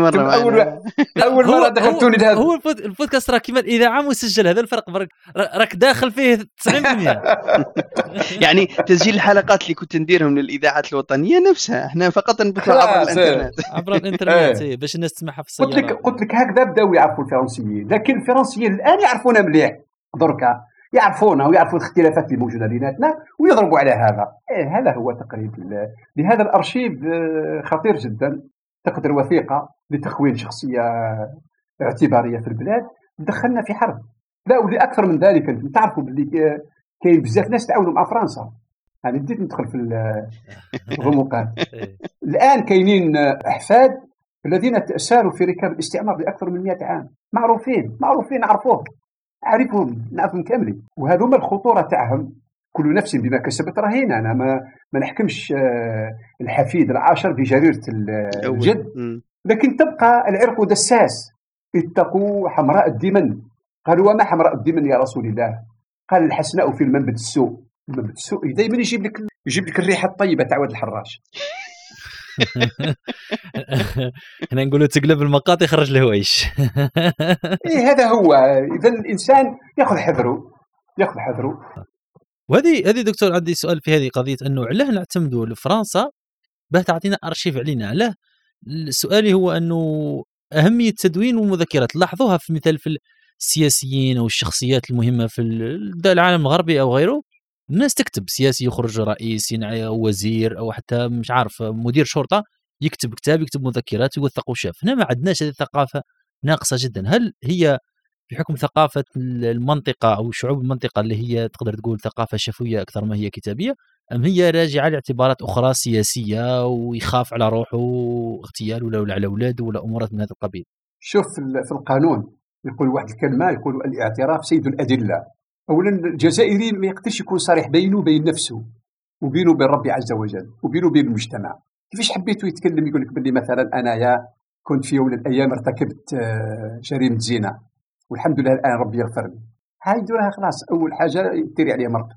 مرة دخلتوني لهذا. هو البودكاست راه كيما الإذاعة مسجل، هذا الفرق، راك داخل فيه 90%. يعني تسجيل الحلقات اللي كنت نديرهم للإذاعات الوطنية نفسها احنا فقط نبثوا عبر الانترنت باش الناس تسمعها في السيارة. قلت لك هكذا بداوا يعرفوا الفرنسيين، لكن الفرنسيين الآن يعرفونا مليح دركا، يعرفونا ويعرفوا الاختلافات اللي موجودة بيناتنا ويضربوا على هذا. هذا هو تقريب. لهذا الأرشيف خطير جدا، تقدر وثيقة لتخوين شخصية اعتبارية في البلاد دخلنا في حرب. لا ولي أكثر من ذلك، أنتم تعرفوا باللي كاين بزاف ناس تعاونوا مع فرنسا. أنا بديت ندخل في الغموقات. الآن كاينين أحفاد الذين ساروا في ركاب الاستعمار لأكثر من 100 عام، معروفين نعرفهم كاملين. وهذوما الخطورة تاعهم كل نفس بما كسبت رهينة. أنا ما نحكمش الحفيد العاشر بجريرة الجد، لكن تبقى العرق دساس. اتقوا حمراء الدمن. قالوا وما حمراء الدمن يا رسول الله؟ قال الحسناء في المنبت السوء. المنبت السوء دائما يجيب لك الريحة الطيبة تاع واد الحراش. هنا نقولوا تقلب المقاطي يخرج الهويش. هذا هو. إذا الإنسان يأخذ حذره. وهذه دكتور عندي سؤال في هذه قضية أنه علاه نعتمدوا لفرنسا باه تعطينا أرشيف علينا. علاه سؤالي هو أنه أهمية تدوين ومذكرات لاحظوها في مثال في السياسيين أو الشخصيات المهمة في العالم الغربي أو غيره. الناس تكتب سياسي يخرج رئيس أو وزير أو حتى مش عارف مدير شرطة يكتب كتاب، يكتب مذكرات، يوثق وشاف. هنا ما عندناش هذه الثقافة، ناقصة جدا. هل هي بحكم ثقافة المنطقة أو شعوب المنطقة اللي هي تقدر تقول ثقافة شفوية أكثر ما هي كتابية، أم هي راجعة لاعتبارات أخرى سياسية ويخاف على روحه اغتيال ولا على أولاده ولا أمورات من هذا القبيل؟ شوف في القانون يقول واحد الكلمة، يقول الاعتراف سيد الأدلة. اولا الجزائري ما يقدرش يكون صريح بينه وبين نفسه وبينه وبين ربي عز وجل وبينه وبين المجتمع. كيفاش حبيتو يتكلم يقول لك باللي مثلا انايا كنت في يوم من الايام ارتكبت جريمه زنا والحمد لله الان ربي يغفر لي. هاي دورها خلاص اول حاجه يتري عليها مرته.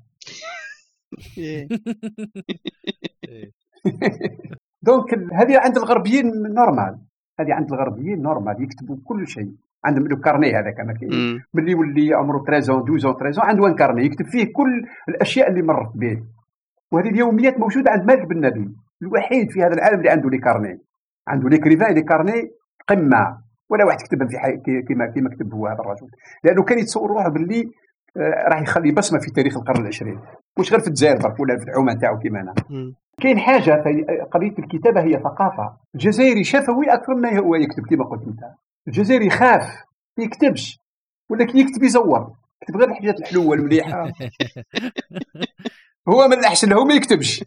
دونك هذه عند الغربيين نورمال، هذه عند الغربيين نورمال يكتبوا كل شيء. عندهم له كارني هذا كما كاين ملي يولي عمره 13 12 عنده وان كارني يكتب فيه كل الاشياء اللي مرت به. وهذه اليوميات موجوده عند مالك بن نبي الوحيد في هذا العالم اللي عنده لي كارني، عنده لي كريفان لي كارني قمه ولا واحد كتبهم في كما كتب هو هذا الرجل، لانه كان يتصور روحه باللي راح يخلي بصمه في تاريخ القرن العشرين، مش غير في الجزائر برك ولا في العومه نتاعو كيما انا. كاين حاجه قضيه الكتابه هي ثقافه. الجزائري شفوي اكثر ما هو يكتب كما قلت انت. الجزائري خاف ما يكتبش ولكن يكتب يزور، يكتب غير الحاجات الحلوه المليحه. هو من الاحسن له ما يكتبش.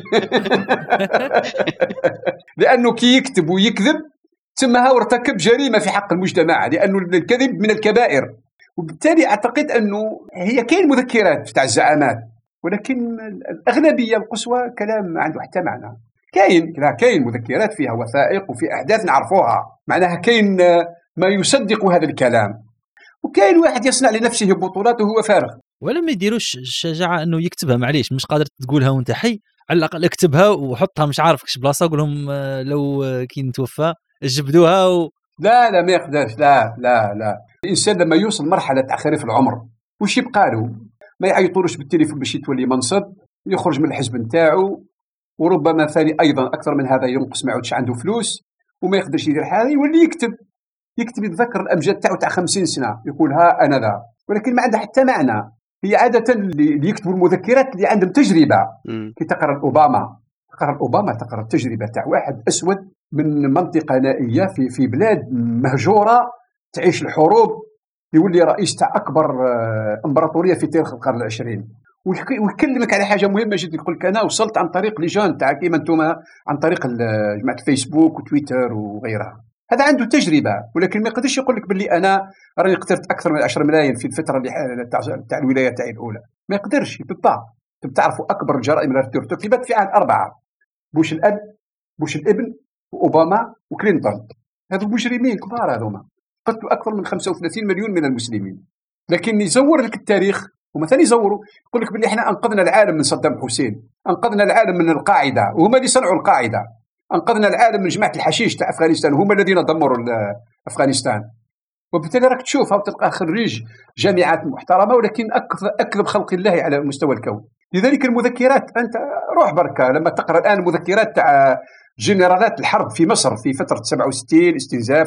لانه كي يكتب ويكذب ثم هو ارتكب جريمه في حق المجتمع، لانه الكذب من الكبائر. وبالتالي اعتقد انه هي كاين مذكرات تاع الزعامات ولكن الاغلبيه القصوى كلام ما عنده حتى معنى. كاين مذكرات فيها وثائق وفي احداث نعرفوها معناها كاين ما يصدق هذا الكلام، وكاين واحد يصنع لنفسه بطولات وهو فارغ. ولا ما يديروش الشجاعه انه يكتبها؟ معليش مش قادر تقولها وانت حي، على الاقل اكتبها وحطها مش عارف كش بلاصه، قول لهم لو كي نتوفى جبدوها لا ما يقدرش. لا الانسان لما يوصل مرحله تاع خريف العمر وش يبقى له؟ ما يعيطولوش بالتليفون باش يتولي منصب، يخرج من الحزب نتاعو، وربما ثاني ايضا اكثر من هذا ينقص ما عادش عنده فلوس وما يقدرش يدير حاجه، يولي يكتب يتذكر الامجاد تاعو تاع 50 سنه يقول ها انا ذا، ولكن ما عندها حتى معنى. هي عاده اللي يكتبوا المذكرات اللي عندهم تجربه. كي تقرا اوباما تقرا التجربه تاع واحد اسود من منطقه نائيه في بلاد مهجوره تعيش الحروب، يولي رئيس تاع اكبر امبراطوريه في تاريخ القرن العشرين، ويكلمك على حاجه مهمه جدا. يقول لك انا وصلت عن طريق لجان تاع كيما انتم عن طريق جماعه الفيسبوك وتويتر وغيرها. هذا عنده تجربه، ولكن ما يقدرش يقول لك باللي انا راني قتلت اكثر من 10 ملايين في الفتره اللي تاع الولايه تاعي الاولى. ما يقدرش. تعرفوا اكبر الجرائم اللي ارتكبت في عهد 4: بوش الاب، بوش الابن، واوباما وكلينتون. هذو مجرمين كبار، هذوما قتلوا اكثر من 35 مليون من المسلمين. لكن يزور لك التاريخ ومثلا يزوروا يقول لك باللي احنا انقذنا العالم من صدام حسين، انقذنا العالم من القاعده وهم اللي صنعوا القاعده، انقذنا العالم من جماعه الحشيش تاع افغانستان وهم الذين دمروا افغانستان. وبالتالي راك تشوف او تلقى خريج جامعات محترمه ولكن اكذب خلق الله على مستوى الكون. لذلك المذكرات انت روح بركه لما تقرا الان المذكرات تاع جنرالات الحرب في مصر في فتره 67 استنزاف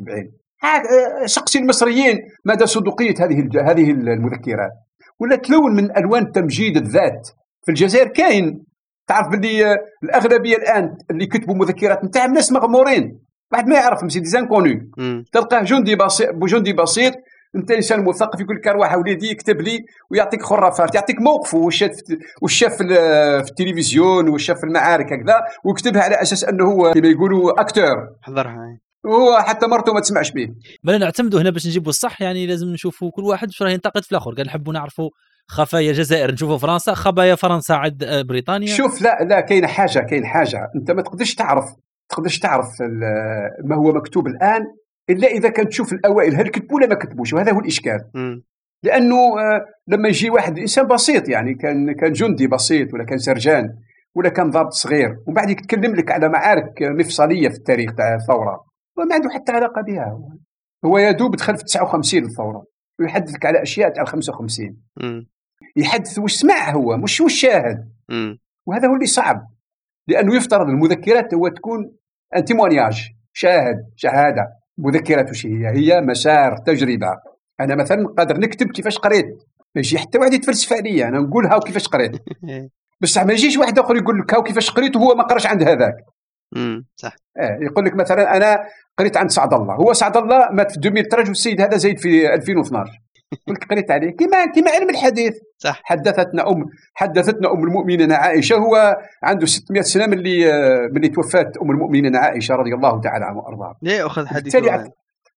73، شخصي المصريين مدى صدوقيه هذه المذكرات، ولا تلون من الوان تمجيد الذات. في الجزائر كاين، تعرف باللي الاغلبيه الان اللي كتبوا مذكرات نتاع ناس مغمورين، واحد ما يعرف مسي ديزان كونو، تلقاه جندي بسيط انت انسان مثقف يقول لك ارواح وليدي يكتب لي ويعطيك خرافات، يعطيك موقفه والشاف في التلفزيون والشاف في المعارك هكذا، ويكتبها على اساس انه هو كما يقولوا اكتور حضرها، هو حتى مرته ما تسمعش به. بل نعتمدوا هنا باش نجيبوا الصح، يعني لازم نشوفوا كل واحد واش راه ينتقد في الاخر. قال نحبوا نعرفوا خفايا الجزائر نشوفوا فرنسا، خبايا فرنسا عند بريطانيا. شوف لا كاين حاجه انت ما تقدرش تعرف ما هو مكتوب الان الا اذا كنت تشوف الاوائل هل كتبوا ولا ما كتبوش، وهذا هو الاشكال. لانه لما يجي واحد انسان بسيط يعني كان جندي بسيط ولا كان سرجان ولا كان ضابط صغير ومن بعد يتكلم لك على معارك مفصليه في التاريخ تاع الثوره وما عنده حتى علاقه بها، هو يدوب دخل في 59 الثوره ويحدثك على اشياء تاع 55 يحدث واش سمع هو مش واش شاهد. وهذا هو اللي صعب، لانه يفترض المذكرات هو تكون انتيمونياج، شهاده. مذكرات وش هي مسار تجربه. انا مثلا قادر نكتب كيفاش قريت، ما يجي حتى واحد يتفلسف عليا، انا نقول هاو كيفاش قريت بس ما يجيش واحد اخر يقول لك هاو كيفاش قريت وهو ما قراش عند هذاك. صح. يقول لك مثلا انا قريت عند سعد الله، هو سعد الله مات في 2013 والسيد هذا زايد في 2012 يقول لك قريت عليه كما علم الحديث. صح. حدثتنا ام المؤمنين عائشه، هو عنده 600 سنه من اللي توفات ام المؤمنين عائشه رضي الله تعالى عنها وارضاها. ليه اخذ حديثه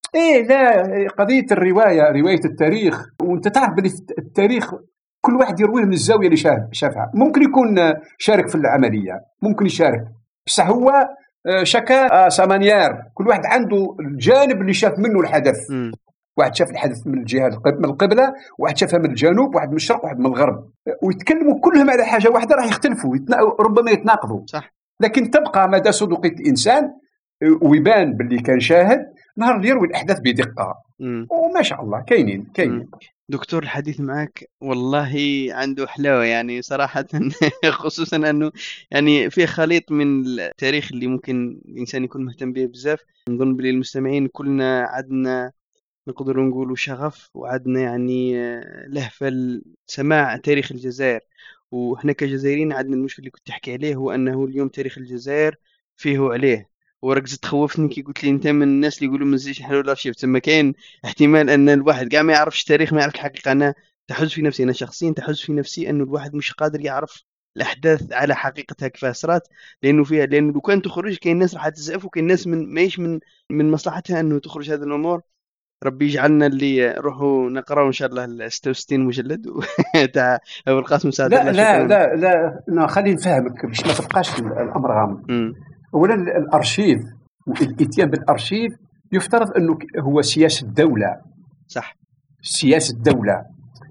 ايه لا، قضيه الروايه، روايه التاريخ، وانت تعرف بلي التاريخ كل واحد يرويه من الزاويه اللي شافها. ممكن يكون شارك في العمليه، ممكن يشارك، بصح هو شكا سامانيير، كل واحد عنده الجانب اللي شاف منه الحدث. واحد شاف الحدث من الجهه من القبله، واحد شافها من الجنوب، واحد من الشرق، واحد من الغرب، ويتكلموا كلهم على حاجه واحده، راح يختلفوا ربما يتناقضوا، صح. لكن تبقى مدى صدوقية الانسان، ويبان باللي كان شاهد نهار اللي يروي الاحداث بدقه. وما شاء الله كاينين. دكتور الحديث معك والله عنده حلاوة يعني صراحة خصوصا أنه يعني فيه خليط من التاريخ اللي ممكن الإنسان يكون مهتم به بزاف. نظن بلي المستمعين كلنا عدنا نقدر نقولوا شغف، وعدنا يعني لهفة سماع تاريخ الجزائر. وإحنا كجزائريين عدنا المشكل اللي كنت تحكي عليه، هو أنه اليوم تاريخ الجزائر فيه عليه. وركزت تخوفني كي قلت لي انت من الناس اللي يقولوا ما نزيدش نحلوا الارشيف، تما كاين احتمال ان الواحد كاع ما يعرفش التاريخ، ما يعرف الحقيقه. انا تحز في نفسي، انا شخصيا تحز في نفسي انه الواحد مش قادر يعرف الاحداث على حقيقتها كيفاش صرات، لانه لو كان تخرج كاين ناس راح تزعف، وكاين ناس ماهيش من مصلحتها انه تخرج هذه الامور. ربي يجعلنا اللي نروحوا نقراو ان شاء الله 66 مجلد تاع ابو القاسم سعد الله. لا لا لا لا، خليني نفهمك باش ما تبقاش الامر غامض. اولا الارشيف والاتيان بالارشيف يفترض انه هو سياسه الدوله. صح، سياسه الدوله.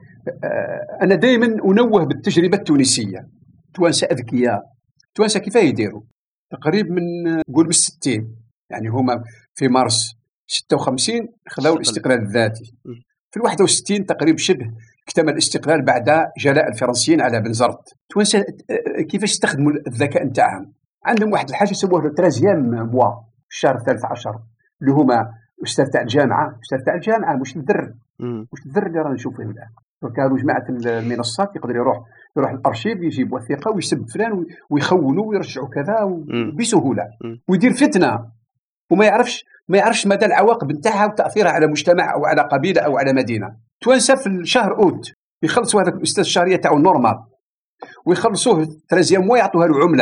انا دائما انوه بالتجربه التونسيه. توانسه اذكياء، توانسه كيف يديروا تقريب من نقول من 60، يعني هما في مارس 56 خذوا الاستقلال الذاتي، في 61 تقريبا شبه اكتمل الاستقلال بعد جلاء الفرنسيين على بنزرت. توانسه كيفاش يستخدموا الذكاء نتاعهم. عندهم واحد الحاجه يسموها 13 موا، الشهر 13 اللي هما استاذ تاع الجامعه مش الذر اللي رانا نشوفه الان. كانوا جماعه المنصات يقدر يروح الارشيف، يجيب وثيقه ويسب فلان ويخونوا ويرجعوا كذا بسهوله، ويدير فتنه وما يعرفش مدى العواقب نتاعها وتاثيرها على مجتمع او على قبيله او على مدينه. توانسه في الشهر اوت يخلصوا هذاك الاستاذ الشهريه تاعو النورمال، ويخلصوه 13 موا يعطوها له عمله،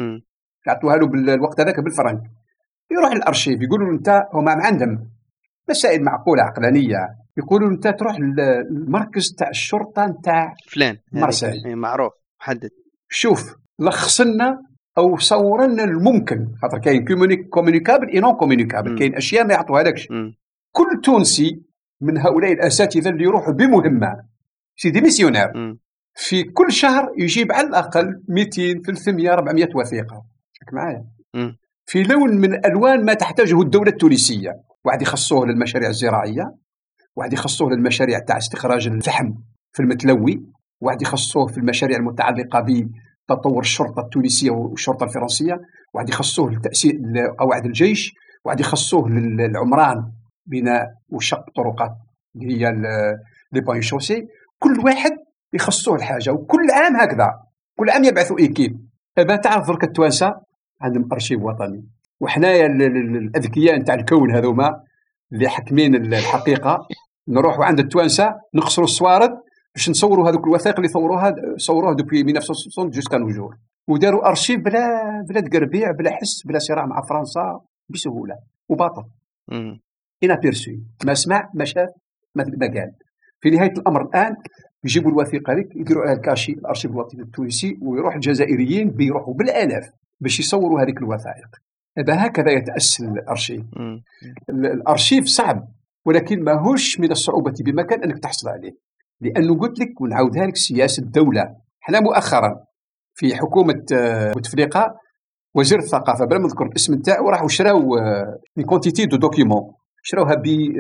يعطوها له بالوقت هذاك بالفرنك. يروح الارشيف يقولوا له انت، هما عندهم مسائل معقوله عقلانيه، يقولوا له انت تروح المركز تاع الشرطه نتاع فلان مرساي معروف محدد، شوف لخص لنا او صور لنا الممكن، خاطر كاين كومونيكابل اي نون كومونيكابل، كاين اشياء ما يعطوها لكش. كل تونسي من هؤلاء الاساتذه اللي يروحوا بمهمه سي دي ميسيونير في كل شهر يجيب على الاقل 200 300 400 وثيقه معايا في لون من الالوان ما تحتاجه الدوله التونسيه. واحد يخصوه للمشاريع الزراعيه، واحد يخصوه للمشاريع تاع استخراج الفحم في المتلوي، واحد يخصوه في المشاريع المتعلقه بتطور الشرطه التونسيه والشرطه الفرنسيه، واحد يخصوه لتاسيس قواعد الجيش، واحد يخصوه للعمران بناء وشق طرقات اللي هي لي بوين شوسي. كل واحد يخصوه الحاجه، وكل عام هكذا، كل عام يبعثوا ايكيب. ابا تعرف درك التوانسه عندهم ارشيف وطني، وحنايا الاذكياء نتاع الكون هذوما اللي حاكمين الحقيقه نروحوا عند التوانسه نخسروا الصوارد باش نصوروا هذوك الوثائق اللي صوروها دوبي 1960 جوسكا نوجور، وداروا ارشيف بلا تقربيع، بلا حس، بلا صراع مع فرنسا، بسهوله وباطل. هنا بيرسي ما سمع ما شاف ما قال. في نهايه الامر الان يجيبوا الوثيقه هذيك يديروا عليها الكاشي الارشيف الوطني التونسي، ويروح الجزائريين بيروحوا بالالاف باش يصوروا هذيك الوثائق. هذا هكذا يتأسس الارشيف. الارشيف صعب، ولكن ماهوش من الصعوبه بمكان انك تحصل عليه، لانه قلت لك ونعاودها لك سياسه الدوله. احنا مؤخرا في حكومه بوتفليقه وزير الثقافه بلا ما نذكر الاسم نتاعو راحوا شراو اون كونتيتي دو دوكيومون، شراوها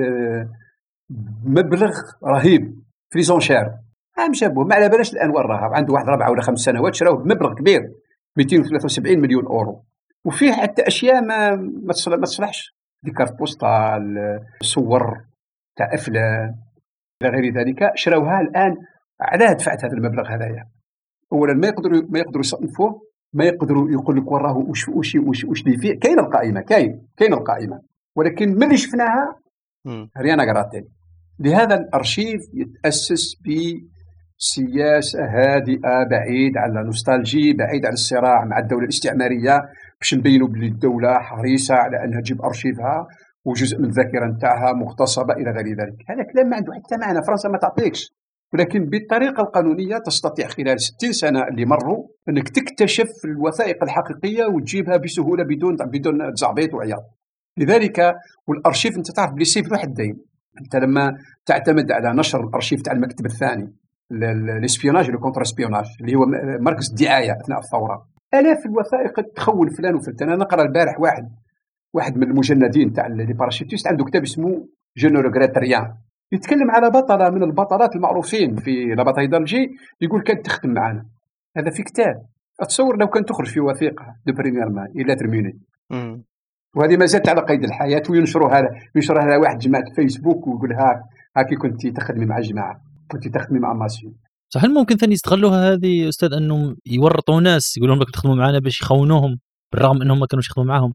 بمبلغ رهيب في لي زونشير. جابوه ما على بلاش الان وين راه عنده واحد 4 ولا 5 سنوات، شراوه بمبلغ كبير 273 مليون اورو، وفيه حتى اشياء ما تصلحش، دي كارت بوستال، صور تاع افلام الى غير ذلك. شراوها الان. علاه دفعت هذا المبلغ هذايا؟ اولا ما يقدروا يصنفوه، ما يقدروا يقول لك وراه واش اللي فيه. كاين القائمه، كاين القائمه، ولكن ملي شفناها ريانا غراتي. لهذا الارشيف يتاسس بسياسه هادئه، بعيد عن النوستالجي، بعيد عن الصراع مع الدوله الاستعماريه، باش نبينوا بلي الدوله حريصه على انها تجيب ارشيفها وجزء من الذاكره نتاعها مغتصبه الى غير ذلك. هذا كلام ما عنده حتى معنى، فرنسا ما تعطيكش. ولكن بالطريقه القانونيه تستطيع خلال 60 سنه اللي مروا انك تكتشف الوثائق الحقيقيه وتجيبها بسهوله بدون تزعبيط وعياط. لذلك والارشيف انت تعرف بلي سيف واحد دايم. انت لما تعتمد على نشر الارشيف تاع المكتب الثاني الاسبيوناج لو كونتر اسبيوناج اللي هو مركز الدعايه اثناء الثوره، الاف الوثائق تخون فلان وفلان. انا نقرا البارح واحد من المجندين تاع لي باراشوتيست عنده كتاب اسمه جو نو ريغريت ريان، يتكلم على بطله من البطلات المعروفين في لا باتاي دالجي، يقول كانت تخدم معنا. هذا في كتاب. اتصور لو كان تخرج في وثيقه دو بريمير مان الى ترميني، وهذه ما زالت على قيد الحياه، وينشرها واحد جماعه فيسبوك ويقول هاكي كنتي تخدمي مع الجماعه، كنتي تخدمي مع ماسيو. صح. هل ممكن ثاني يستغلوها هذه استاذ انهم يورطوا ناس يقولوا لهم تخدموا معنا باش يخونوهم بالرغم انهم ما كانوش يخدموا معاهم؟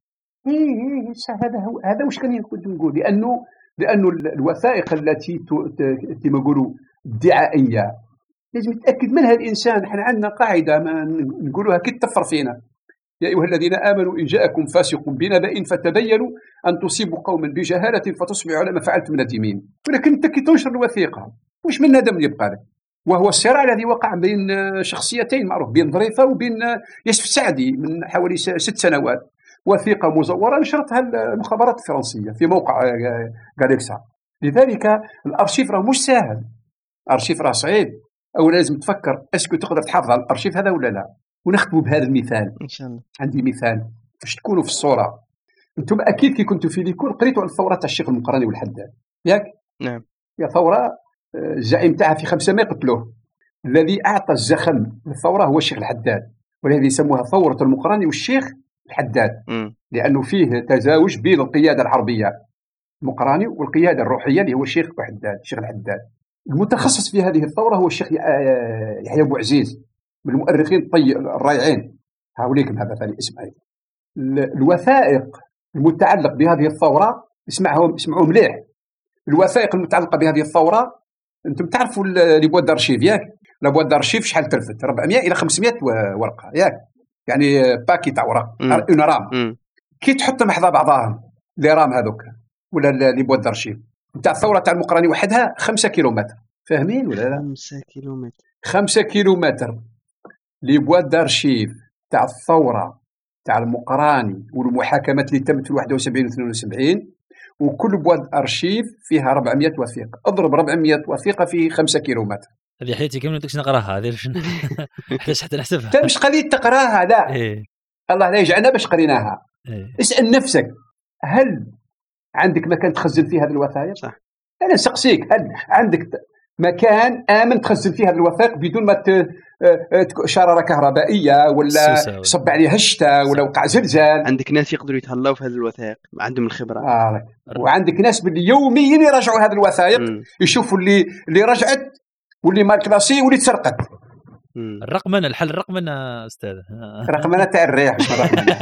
هذا واش كان نقول، لانه الوثائق التي كما نقولوا الدعائيه لازم يتاكد منها الانسان. احنا عندنا قاعده ما نقولوها كي تطفر فينا: يا ايها الذين امنوا ان جاءكم فاسق بنبأ فتبينوا ان تصيبوا قوما بجهاله فتصبحوا على ما فعلتم نادمين. ولكن انت كي تنشر الوثيقه واش من ندم يبقى لك؟ وهو الصراع الذي وقع بين شخصيتين معروف، بين ظريفه وبين يوسف سعدي من حوالي 6 سنوات. وثيقة مزورة نشرتها المخابرات الفرنسية في موقع غاليكسا. لذلك الأرشيف راه مش سهل، الأرشيف راه صعيب. أولا لازم تفكر اسكو تقدر تحافظ على الأرشيف هذا ولا لا. ونختم بهذا المثال إن شاء الله. عندي مثال باش تكونوا في الصورة. أنتم أكيد كي كنتوا في ليكول قريتوا عن ثورة الشيخ المقرني والحداد، ياك؟ نعم. يا ثورة الزعيم تاعها في 5 ما يقتلوه. الذي أعطى الزخم للثورة هو الشيخ الحداد، ولهذا يسموها ثورة المقرني والشيخ الحداد، لأنه فيه تزاوج بين القيادة الحربية المقراني والقيادة الروحية اللي هو الشيخ الحداد. المتخصص في هذه الثورة هو الشيخ يحيى بو عزيز من المؤرخين الرائعين. هاوليكم هذا ثاني اسم أيضا. الوثائق المتعلق بهذه الثورة اسمعوا مليح. الوثائق المتعلقة بهذه الثورة أنتم تعرفوا لي بواد دارشيف، ياك؟ لا بواد دارشيف شحال تلفت؟ 400 إلى 500 ورقة، ياك؟ يعني باكي تاع ورق اون رام. كي تحطهم حدا بعضاهم لي رام هذوك ولا لي بواد دارشيف نتاع الثوره تاع المقراني وحدها 5 كيلومتر، فاهمين ولا لا؟ 5 كيلومتر 5 كيلومتر لي بواد دارشيف تاع الثوره تاع المقراني والمحاكمات اللي تمت في 71 و 72، وكل بواد ارشيف فيها 400 وثيقه. اضرب 400 وثيقه في 5 كيلومتر. هذه حياتي كامله نقدرش نقراها هذه علاش حتى نحسبها. انت مش قضيه تقراها، لا. إيه. الله لا يجعلنا باش قريناها. إيه. اسال نفسك هل عندك مكان تخزن فيه هذه الوثائق؟ صح. انا نسقسيك هل عندك مكان امن تخزن فيه هذه الوثائق بدون ما شراره كهربائيه ولا صب عليها الشتاء ولا وقع زلزال؟ عندك ناس يقدروا يتهلاو في هذه الوثائق، عندهم الخبره. وعندك ناس باللي يوميا يراجعوا هذه الوثائق، يشوفوا اللي رجعت واللي ما كلاسي واللي تسرقت. الرقمنه، الحل الرقمنه استاذ. الرقمنه تاع الريح مش الرقمنه.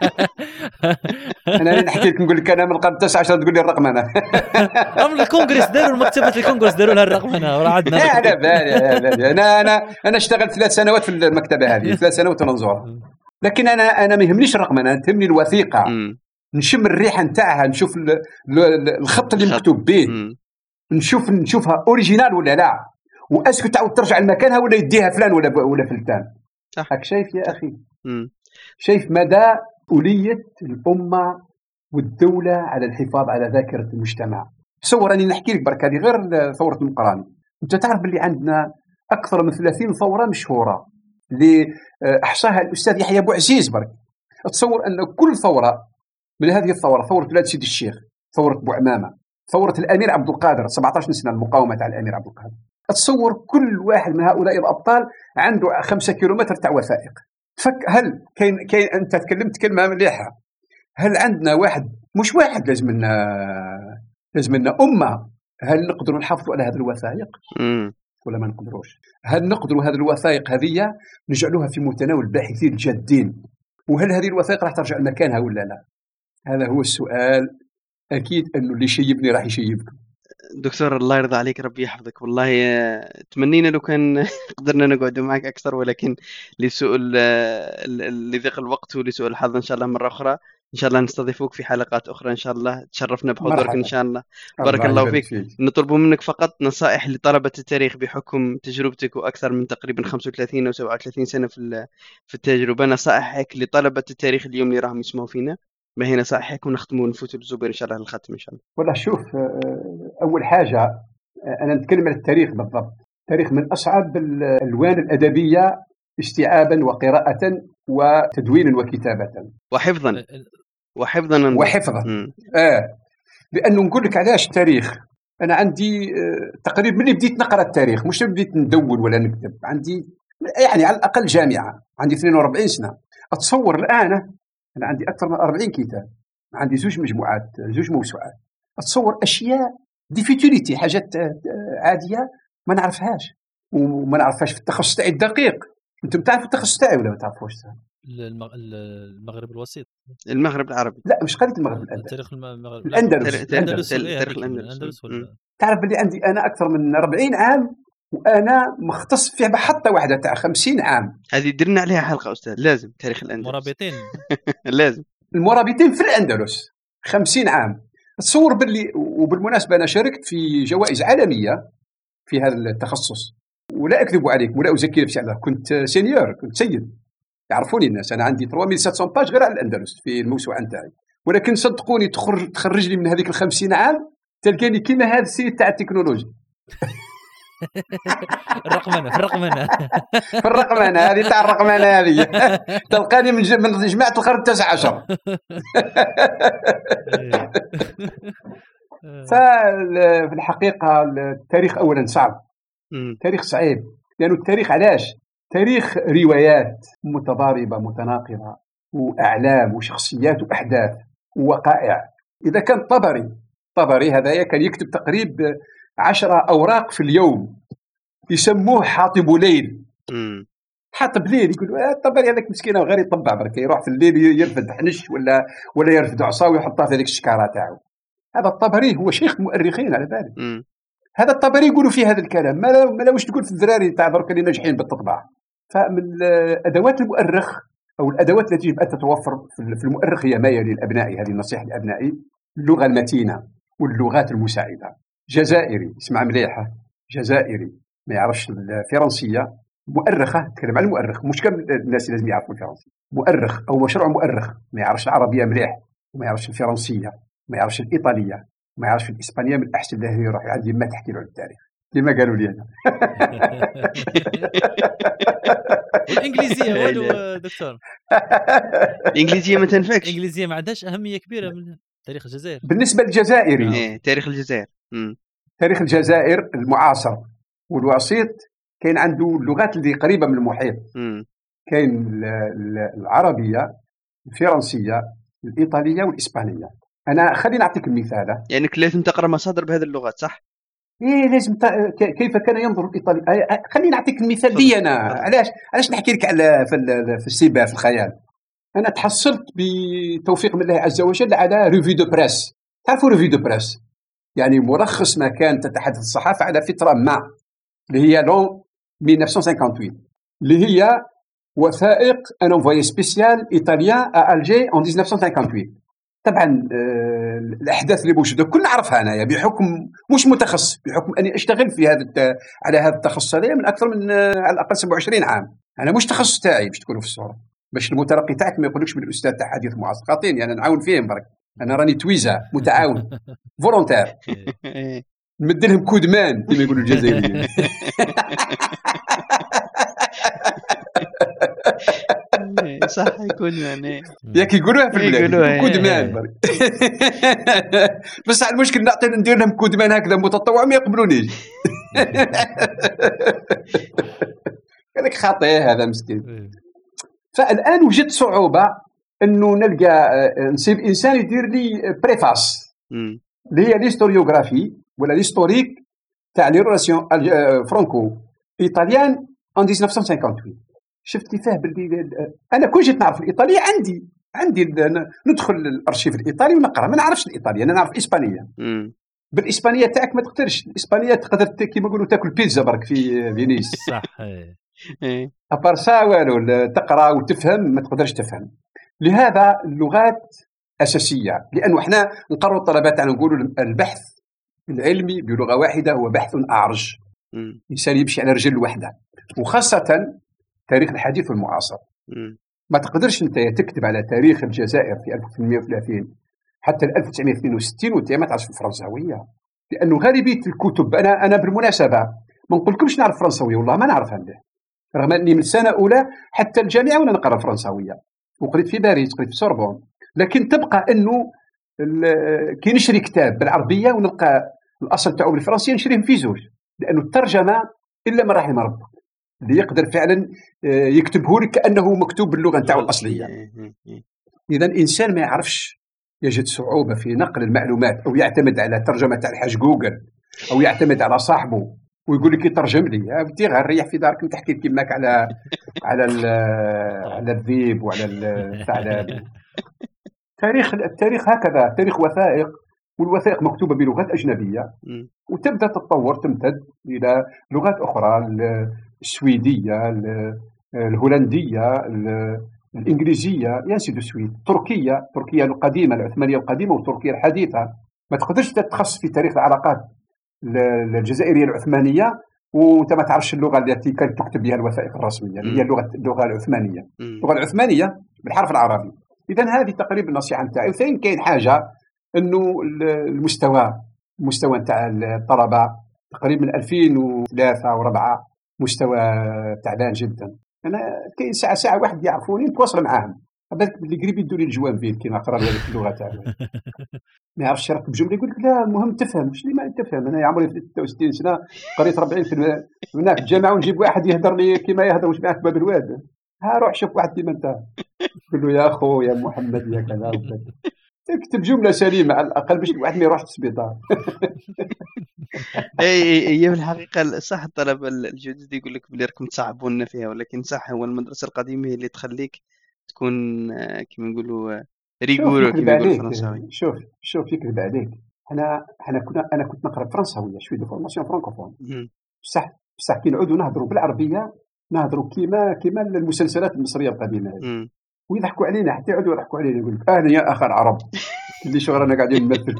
انا نحكي لك نقول لك انا من القرن 19 تقول لي الرقمنه. قبل الكونغرس داروا المكتبه الكونغرس داروا لها الرقمنه وراه عندنا. على بالي انا اشتغلت 3 سنوات في المكتبه هذه، 3 سنوات ونزورها. لكن انا ما يهمنيش الرقمنه، تهمني الوثيقه. نشم الريحه نتاعها، نشوف الخط اللي مكتوب به، نشوفها اوريجينال ولا لا، واسكو تعاود ترجع لمكانها ولا يديها فلان ولا فلتان. راك شايف يا اخي؟ شايف مدى أولية الأمة والدولة على الحفاظ على ذاكرة المجتمع. تصور أني نحكي لك برك هذه غير ثورة المقراني. أنت تعرف باللي عندنا أكثر من 30 ثورة مشهورة اللي أحصاها الأستاذ يحيى بو عزيز برك. تصور أن كل ثورة من هذه الثورة، ثورة ولاد سيدي الشيخ، ثورة بو عمامة، ثورة الأمير عبد القادر 17 سنة المقاومة تاع الأمير عبد القادر. تصور كل واحد من هؤلاء الأبطال عنده 5 كيلومتر تاع وثائق. هل كاين انت تكلمت كلمه مليحه، هل عندنا واحد مش واحد لازم لنا امه، هل نقدروا نحافظوا على هذه الوثائق ولا ما نقدروش؟ هل نقدروا هذه الوثائق هذه نجعلوها في متناول الباحثين الجادين؟ وهل هذه الوثائق راح ترجع لمكانها ولا لا؟ هذا هو السؤال. اكيد انه اللي يشيبني راح يشيبكم. دكتور الله يرضى عليك، ربي يحفظك. والله تمنينا لو كان قدرنا نقعد معك أكثر، ولكن لسوء لضيق الوقت ولسوء الحظ إن شاء الله مرة أخرى ان شاء الله نستضيفوك في حلقات اخرى ان شاء الله. تشرفنا بحضورك مرحبا. ان شاء الله. بارك الله الله يبارك فيك. نطلب منك فقط نصائح لطلبة التاريخ بحكم تجربتك وأكثر من تقريبا 35 أو 37 سنة في التجربة. نصائحك لطلبة التاريخ اليوم اللي راهم يسمعوا فينا، ما هي نصائحك ونختموا ونفوتوا للزبير إن شاء الله للختم إن شاء الله. والله شوف، أول حاجة أنا نتكلم عن التاريخ بالضبط. التاريخ من أصعب الألوان الأدبية استيعابا وقراءة وتدوينا وكتابة وحفظا. لأنه نقول لك علاش التاريخ. أنا عندي تقريبا ملي بديت نقرأ التاريخ، مش بديت ندون ولا نكتب، عندي يعني على الأقل جامعة، عندي 42 سنة. أتصور الآن أنا عندي أكثر من 40 كتاب، عندي 2 مجموعات، 2 موسوعات. أتصور أشياء دي فيتوريتي، حاجات عادية ما نعرفهاش، وما نعرفهاش في التخصص تاعي الدقيق. أنتم تعرفوا التخصص تاعي ولا ما تعرفوش؟ المغرب الوسيط، المغرب العربي. لا مش قضية المغرب، الأندلس. تاريخ المغرب، الأندلس. تاريخ الأندلس. تعرف بلي عندي أنا أكثر من 40 عام وأنا مختص فيها بحطة واحدة تاع 50 عام. هذه درنا عليها حلقة أستاذ، لازم تاريخ الأندلس. مرابطين لازم المرابطين في الأندلس 50 عام. تصور باللي، وبالمناسبة أنا شاركت في جوائز عالمية في هذا التخصص، ولا أكذب عليكم ولا أزكي نفسي على، كنت سينيور، كنت سيد، يعرفوني الناس. أنا عندي 3700 باج غير على الأندلس في الموسوعة نتاعي. ولكن صدقوني تخرج لي من هذيك 50 عام تلقاني كيما هذا السيد تاع التكنولوجيا. في الرقمنة هذه تاع الرقمنة هذه تلقاني من جماعة القرن 19. ففي الحقيقة التاريخ أولا صعب، تاريخ صعيب، لأنه التاريخ علاش؟ تاريخ روايات متضاربة متناقضة وأعلام وشخصيات وأحداث ووقائع. إذا كان طبري هذا كان يكتب تقريبا 10 أوراق في اليوم، يسموه حاطب ليل. حاطب ليل، يقولوا طبري هذاك مسكين غير يطبع برك، يروح في الليل يرفد حنش ولا يرفد عصا ويحطها في هذيك الشكارة تاعو. هذا الطبري هو شيخ مؤرخين على بالك. هذا الطبري يقولوا فيه هذا الكلام، ما واش تقول في الذراري تاع درك اللي ناجحين بالتطبع. فمن أدوات المؤرخ أو الأدوات التي يجب أن تتوفر في المؤرخ هي ما يلي الأبنائي. هذه النصيحة لأبنائي: اللغة المتينة واللغات المساعدة. جزائري اسمع مليحة، جزائري ما يعرفش الفرنسية، مؤرخة تكلم عن المؤرخ، مش كامل الناس لازم يعرفوا الفرنسية. مؤرخ أو مشروع مؤرخ ما يعرفش العربية مليح، وما يعرفش الفرنسية، ما يعرفش الإيطالية، ما يعرفش الإسبانية، من أحسن له يروح عندي ما تحكي له عن التاريخ كما قالوا لي أنا. والإنجليزية والو دكتور؟ الإنجليزية ما تنفعش، الإنجليزية ما عندهاش أهمية كبيرة من تاريخ الجزائر بالنسبة للجزائري. تاريخ الجزائر، تاريخ الجزائر المعاصر والوسيط كاين عنده اللغات اللي قريبة من المحيط. كاين العربية، الفرنسية، الإيطالية والإسبانية. أنا خليني نعطيك المثال. يعني لازم تقرأ مصادر بهذه اللغات صح؟ إيه لازم كيف كان ينظر الإيطالي. خليني نعطيك المثال دي. أنا علاش نحكي لك على في السباق في الخيال. أنا تحصلت بتوفيق من الله عز وجل على ريفي دو بريس. تعرفوا ريفي دو بريس؟ يعني ملخص ما كان تتحدث الصحافة على فترة ما، اللي هي لون 1958، اللي هي وثائق ان انفويي سبيسيال ايطاليان ا الجي ان 1958. طبعا الاحداث اللي موجوده كلنا نعرفها انايا بحكم مش متخصص، بحكم اني اشتغل في على هذا التخصص هذا من اكثر من على الاقل 27 عام. انا مش تخصص تاعي باش تكونوا في الصوره، باش المتلقي تاعك ما يقولكش من الاستاذ تاع حديث معاصر. خاطيني انا نعاون فيهم برك، انا راني تويزا متعاون فولونتير، نمد لهم كودمان كما يقولوا الجزائريين. صح يكون يعني ياك يقولوها في البلاد كودمان برك. بس المشكل نعطي ندير لهم كودمان هكذا متطوع ما يقبلونيش. قالك خاطئ هذا مسكين. فالان وجدت صعوبه انه نلقى نصيب انسان يدير لي بريفاس اللي هي ليستوريوغرافي ولا ليستوريك تاع لي ريلاسيون فرانكو ايطاليان ان 1958. شفت كيفاه باللي انا كون جيت نعرف الايطاليه عندي ندخل الارشيف الايطالي ونقرا. ما نعرفش الايطاليه، انا نعرف الاسبانيه. بالاسبانيه تاعك ما تقدرش، الاسبانيه تقدر كيما يقولوا تاكل بيتزا برك في فينيس. صح. ابار سا والو تقرا وتفهم ما تقدرش تفهم. لهذا اللغات اساسيه، لانه احنا نقرروا الطلبه تاعنا نقولوا البحث العلمي بلغه واحده هو بحث اعرج، انسان يمشي على رجل واحده، وخاصه تاريخ الحديث والمعاصر. ما تقدرش انت تكتب على تاريخ الجزائر في 1830 حتى 1962 وانت ما تعرفش الفرنساويه، لانه غالبيه الكتب انا بالمناسبه ما نقولكمش نعرف فرنساويه، والله ما نعرفها مليح، رغم اني من سنه اولى حتى الجامعه وانا نقرا فرنساويه، وقريت في باريس، قريت في سوربون، لكن تبقى انه كي نشري كتاب بالعربيه ونلقى الاصل تاعو بالفرنسيه نشريه في زوج، لانه الترجمه الا من رحم ربك اللي يقدر فعلا يكتبه لك كانه مكتوب باللغه نتاعو الاصليه. اذا الانسان ما يعرفش يجد صعوبه في نقل المعلومات، او يعتمد على ترجمه تاع الحاج جوجل، او يعتمد على صاحبه ويقول لك يترجم لي، بدي غير ريح في دارك تحكي كيماك على الذيب وعلى الثعلب. التاريخ هكذا، تاريخ وثائق، والوثائق مكتوبه بلغات اجنبيه وتبدا تتطور تمتد الى لغات اخرى، السويديه، الهولنديه، الانجليزيه، يانسي دو سويت، تركيا القديمه، العثمانيه القديمه وتركيا الحديثه. ما تقدرش تتخصص في تاريخ العلاقات الجزائريه العثمانيه وانت ما تعرفش اللغه التي كانت تكتب بها الوثائق الرسميه اللي هي اللغه العثمانيه، اللغه العثمانيه بالحرف العربي. اذا هذه تقريبا النصيحه نتاعي. وثاني كاين حاجه انه المستوى نتاع الطلبه تقريبا من 2003 و4 مستوى تعبان جدا. انا كاين ساعه واحد يعرفوني نتواصل معاهم، بالك اللي قريب يدوا لي الجوانفيل كي نقرا هذيك اللغه تاعهم، ما يعرفش يركب جمله يقول لك لا المهم تفهم. مش لي ما تفهم، انا عمري 63 سنه قريت 40 في هناك الجامعه ونجيب واحد يهدر لي كيما يهدر واش معك باب الواد، ها روح شوف واحد كيما انت قول له يا اخو يا محمد يا كذا وكذا، تكتب جمله سليمه على الاقل باش الواحد ما يروحش للسبيطار. هي في الحقيقه صح، الطلبه الجدد يقول لك بلي راكم تصعبون فيها، ولكن صح هو المدرسه القديمه هي اللي تخليك تكون كما نقولوا ريغورو كما يقول الفرنساوي. شوف يكذب عليك، انا كنت نقرا فرنساويه شويه دو فورماسيون فرانكوفون، بصح كي نعودوا نهضروا بالعربيه نهضروا كيما المسلسلات المصريه القديمه هذه، ويضحكوا علينا حتى يعودوا يضحكوا علينا، يقول لك اهلا يا اخ العرب اللي شغلنا قاعدين نمثل.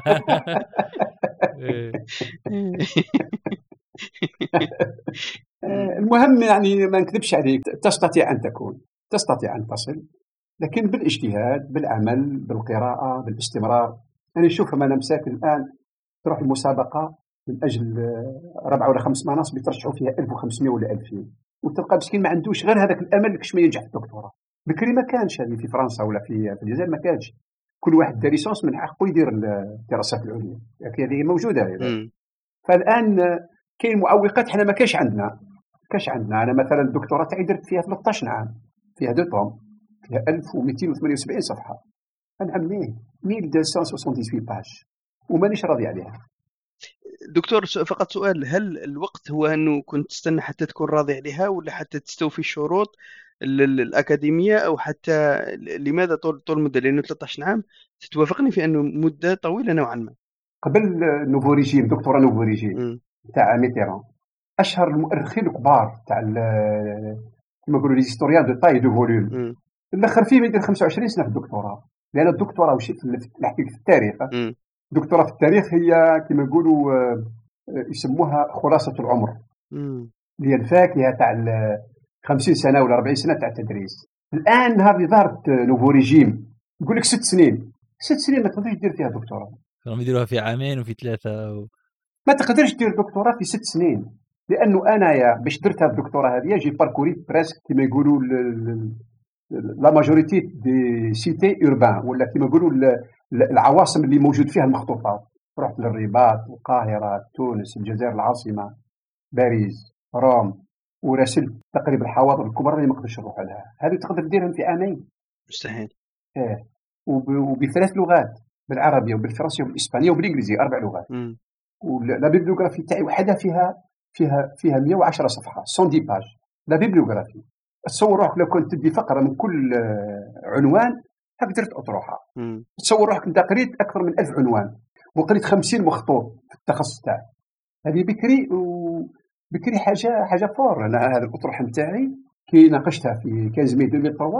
المهم يعني ما نكذبش عليك، تستطيع ان تصل، لكن بالاجتهاد، بالعمل، بالقراءه، بالاستمرار. انا نشوف انا مساكن الان تروح المسابقه من اجل 4 ولا 5 مناصب يترشحوا فيها 1500 ولا 2000، وتلقى مسكين ما عندوش غير هذاك الامل كش ما ينجح في الدكتوراه. بكري ما كانش هذه في فرنسا ولا في الجزائر، ما كانش كل واحد دار ليسونس من حقه يدير الدراسات العليا، هذه موجوده هذه. فالان كاين معوقات احنا ما كاش عندنا. انا مثلا الدكتوراه تاعي درت فيها 13 عام، فيها 2 طوم، فيها 1278 صفحه، انا عمي 1278 باج ومانيش راضي عليها. دكتور فقط سؤال، هل الوقت هو انه كنت تستنى حتى تكون راضي عليها، ولا حتى تستوفي الشروط الأكاديمية، أو حتى لماذا طول المدة؟ لأنه 13 عام تتوافقني في أنه مدة طويلة نوعا ما. قبل نوفو ريجيم، دكتوراه نوفو ريجيم تاع ميتيران، أشهر المؤرخين الكبار تاع كما يقولوا لي هيستوريان دو تاي دو فوليوم الاخر فيه يدير 25 سنة في الدكتوراه، لأن الدكتوراه وشي نحكي في التاريخ. الدكتوراه في التاريخ هي كما يقولوا يسموها خلاصة العمر، اللي هي الفاكهة تاع 50 سنة ولا 40 سنة تاع التدريس. الآن هذه ظهرت نوفو ريجيم يقول لك 6 سنين. 6 سنين ما تقدرش دير فيها دكتوراه، راهم يديروها في 2 وفي 3 ما تقدرش دير دكتوراه في 6 سنين. لأنه أنايا باش درت هذه الدكتوراه هذه جي باركوري بريسك كما يقولوا لا ماجوريتي دي سيتي اوربان، ولا كما يقولوا العواصم اللي موجود فيها المخطوطات. رحت للرباط، القاهرة، تونس، الجزائر العاصمة، باريس، روم، وراسلت تقريبا الحواضر الكبرى اللي ما نقدرش نروح لها. هذه تقدر ديرهم في 2 عام مستحيل. وب3 لغات، بالعربيه وبالفرنسيه وبالاسبانيه وبالانجليزيه، 4 لغات. ولا بيبليوغرافي تاعي وحدها فيها 110 صفحه، 110 باج لا بيبليوغرافي. تصور روحك لو كنت تدي فقره من كل عنوان هاك درت اطروحه. تصور روحك انت قريت اكثر من 1000 عنوان وقريت 50 مخطوط في التخصص تاعك. هذه بكري حاجه فور. انا هذه الاطروحه نتاعي كي ناقشتها في 15 ماي 2003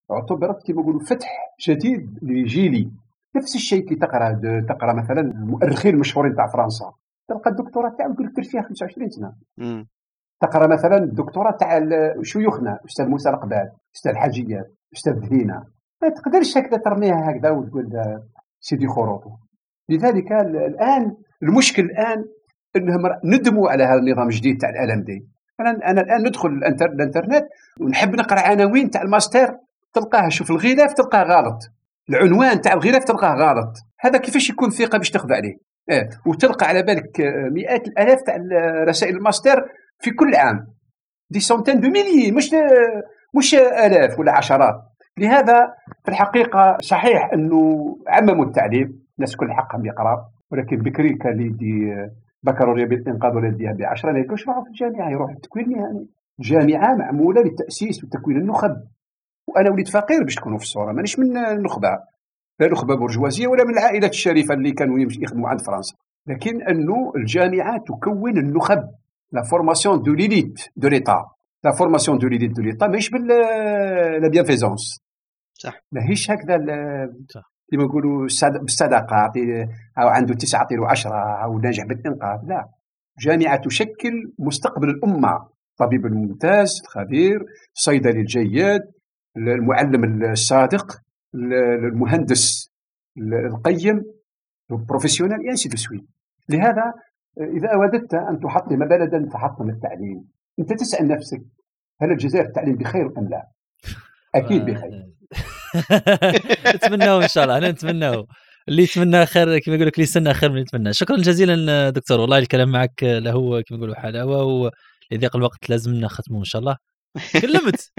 اعتبرت كما نقولوا فتح جديد لجيلي. نفس الشيء كي تقرا مثلا المؤرخين المشهورين تاع فرنسا، تلقى الدكتوراه تاعو يقول لك درت فيها 25 سنه. تقرا مثلا الدكتوراه تاع شيوخنا، استاذ موسى القباد، استاذ حاجيات، استاذ ذهينه، ما تقدرش هكذا ترميها هكذا وتقول سيدي خروطو. لذلك الان المشكل انهم ندموا على هذا النظام الجديد تاع الالم دي. انا الان ندخل الانترنت ونحب نقرا عناوين تاع الماستر، تلقاها شوف الغلاف تلقاه غلط، العنوان تاع الغلاف تلقاه غلط. هذا كيفاش يكون ثقه باش تاخذ عليه؟ وتلقى على بالك مئات الالاف تاع رسائل الماستر في كل عام، دي سونتين دو ميلي، مش الاف ولا عشرات. لهذا في الحقيقه صحيح انه عمموا التعليم، الناس كل حقهم يقرا، ولكن بكري كان اللي يدي بكالوريا بالانقاذ ولا يديها ب10 ما يقولش يروحوا في الجامعه، يروح التكوين المهني. الجامعه معموله للتاسيس وتكوين النخب، وانا وليد فقير باش تكونوا في الصوره، مانيش من النخبه، لا نخبه برجوازيه ولا من العائلات الشريفه اللي كانوا يخدموا عند فرنسا، لكن انه الجامعه تكون النخب. لا فورماسيون دو ليليت دو ليتا، لا فورماسيون دو ليليت دو ليتا ماهيش لا بيانفيزونس، صح، ماهيش هكذا كيما نقولوا بالصدقه او عنده 9 اعطيله 10 او ناجح بالانقاذ. لا، جامعه تشكل مستقبل الامه، الطبيب الممتاز الخبير، الصيدلي الجيد، المعلم الصادق، المهندس القيم، البروفيسيونيل، انسي دو سويت. لهذا اذا اودت ان تحطم بلدا فحطم التعليم. انت تسال نفسك هل الجزائر التعليم بخير ام لا؟ اكيد بخير. نتمناه ان شاء الله، انا نتمناه اللي يتمنى خير كما يقول لك، اللي يستنى خير من يتمنى. شكرا جزيلا دكتور، والله الكلام معك له كما يقولوا حلاوه، ولضيق الوقت لازمنا ختمه ان شاء الله. كلمت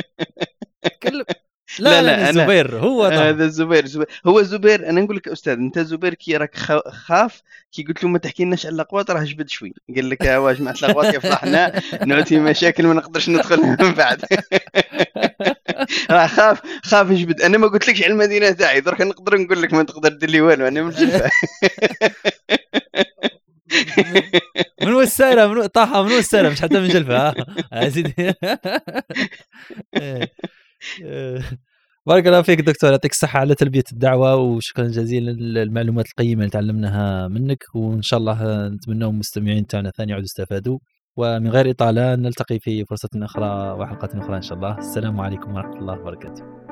لا الزبير هو هذا الزبير هو الزبير. انا نقول لك استاذ، انت زبير كي راك خاف، كي قلت له ما تحكي لناش على الاقواط راه جبد شوي، قال لك واش مع الاقواط يفضحنا نعطي مشاكل ما نقدرش ندخل من بعد. راه خاف يجبد. انا ما قلت لكش على المدينه تاعي، درك نقدر نقول لك ما تقدر دير لي والو، انا من الجلفه. من وسارة، من طاحة من وسارة، مش حتى من جلفة سيدي. بارك الله فيك دكتور، يعطيك الصحة على تلبية الدعوة، وشكرا جزيلا للمعلومات القيمة اللي تعلمناها منك، وإن شاء الله نتمنى المستمعين تاعنا ثاني يعودوا استفادوا. ومن غير إطالة نلتقي في فرصة أخرى وحلقة أخرى إن شاء الله. السلام عليكم ورحمة الله وبركاته.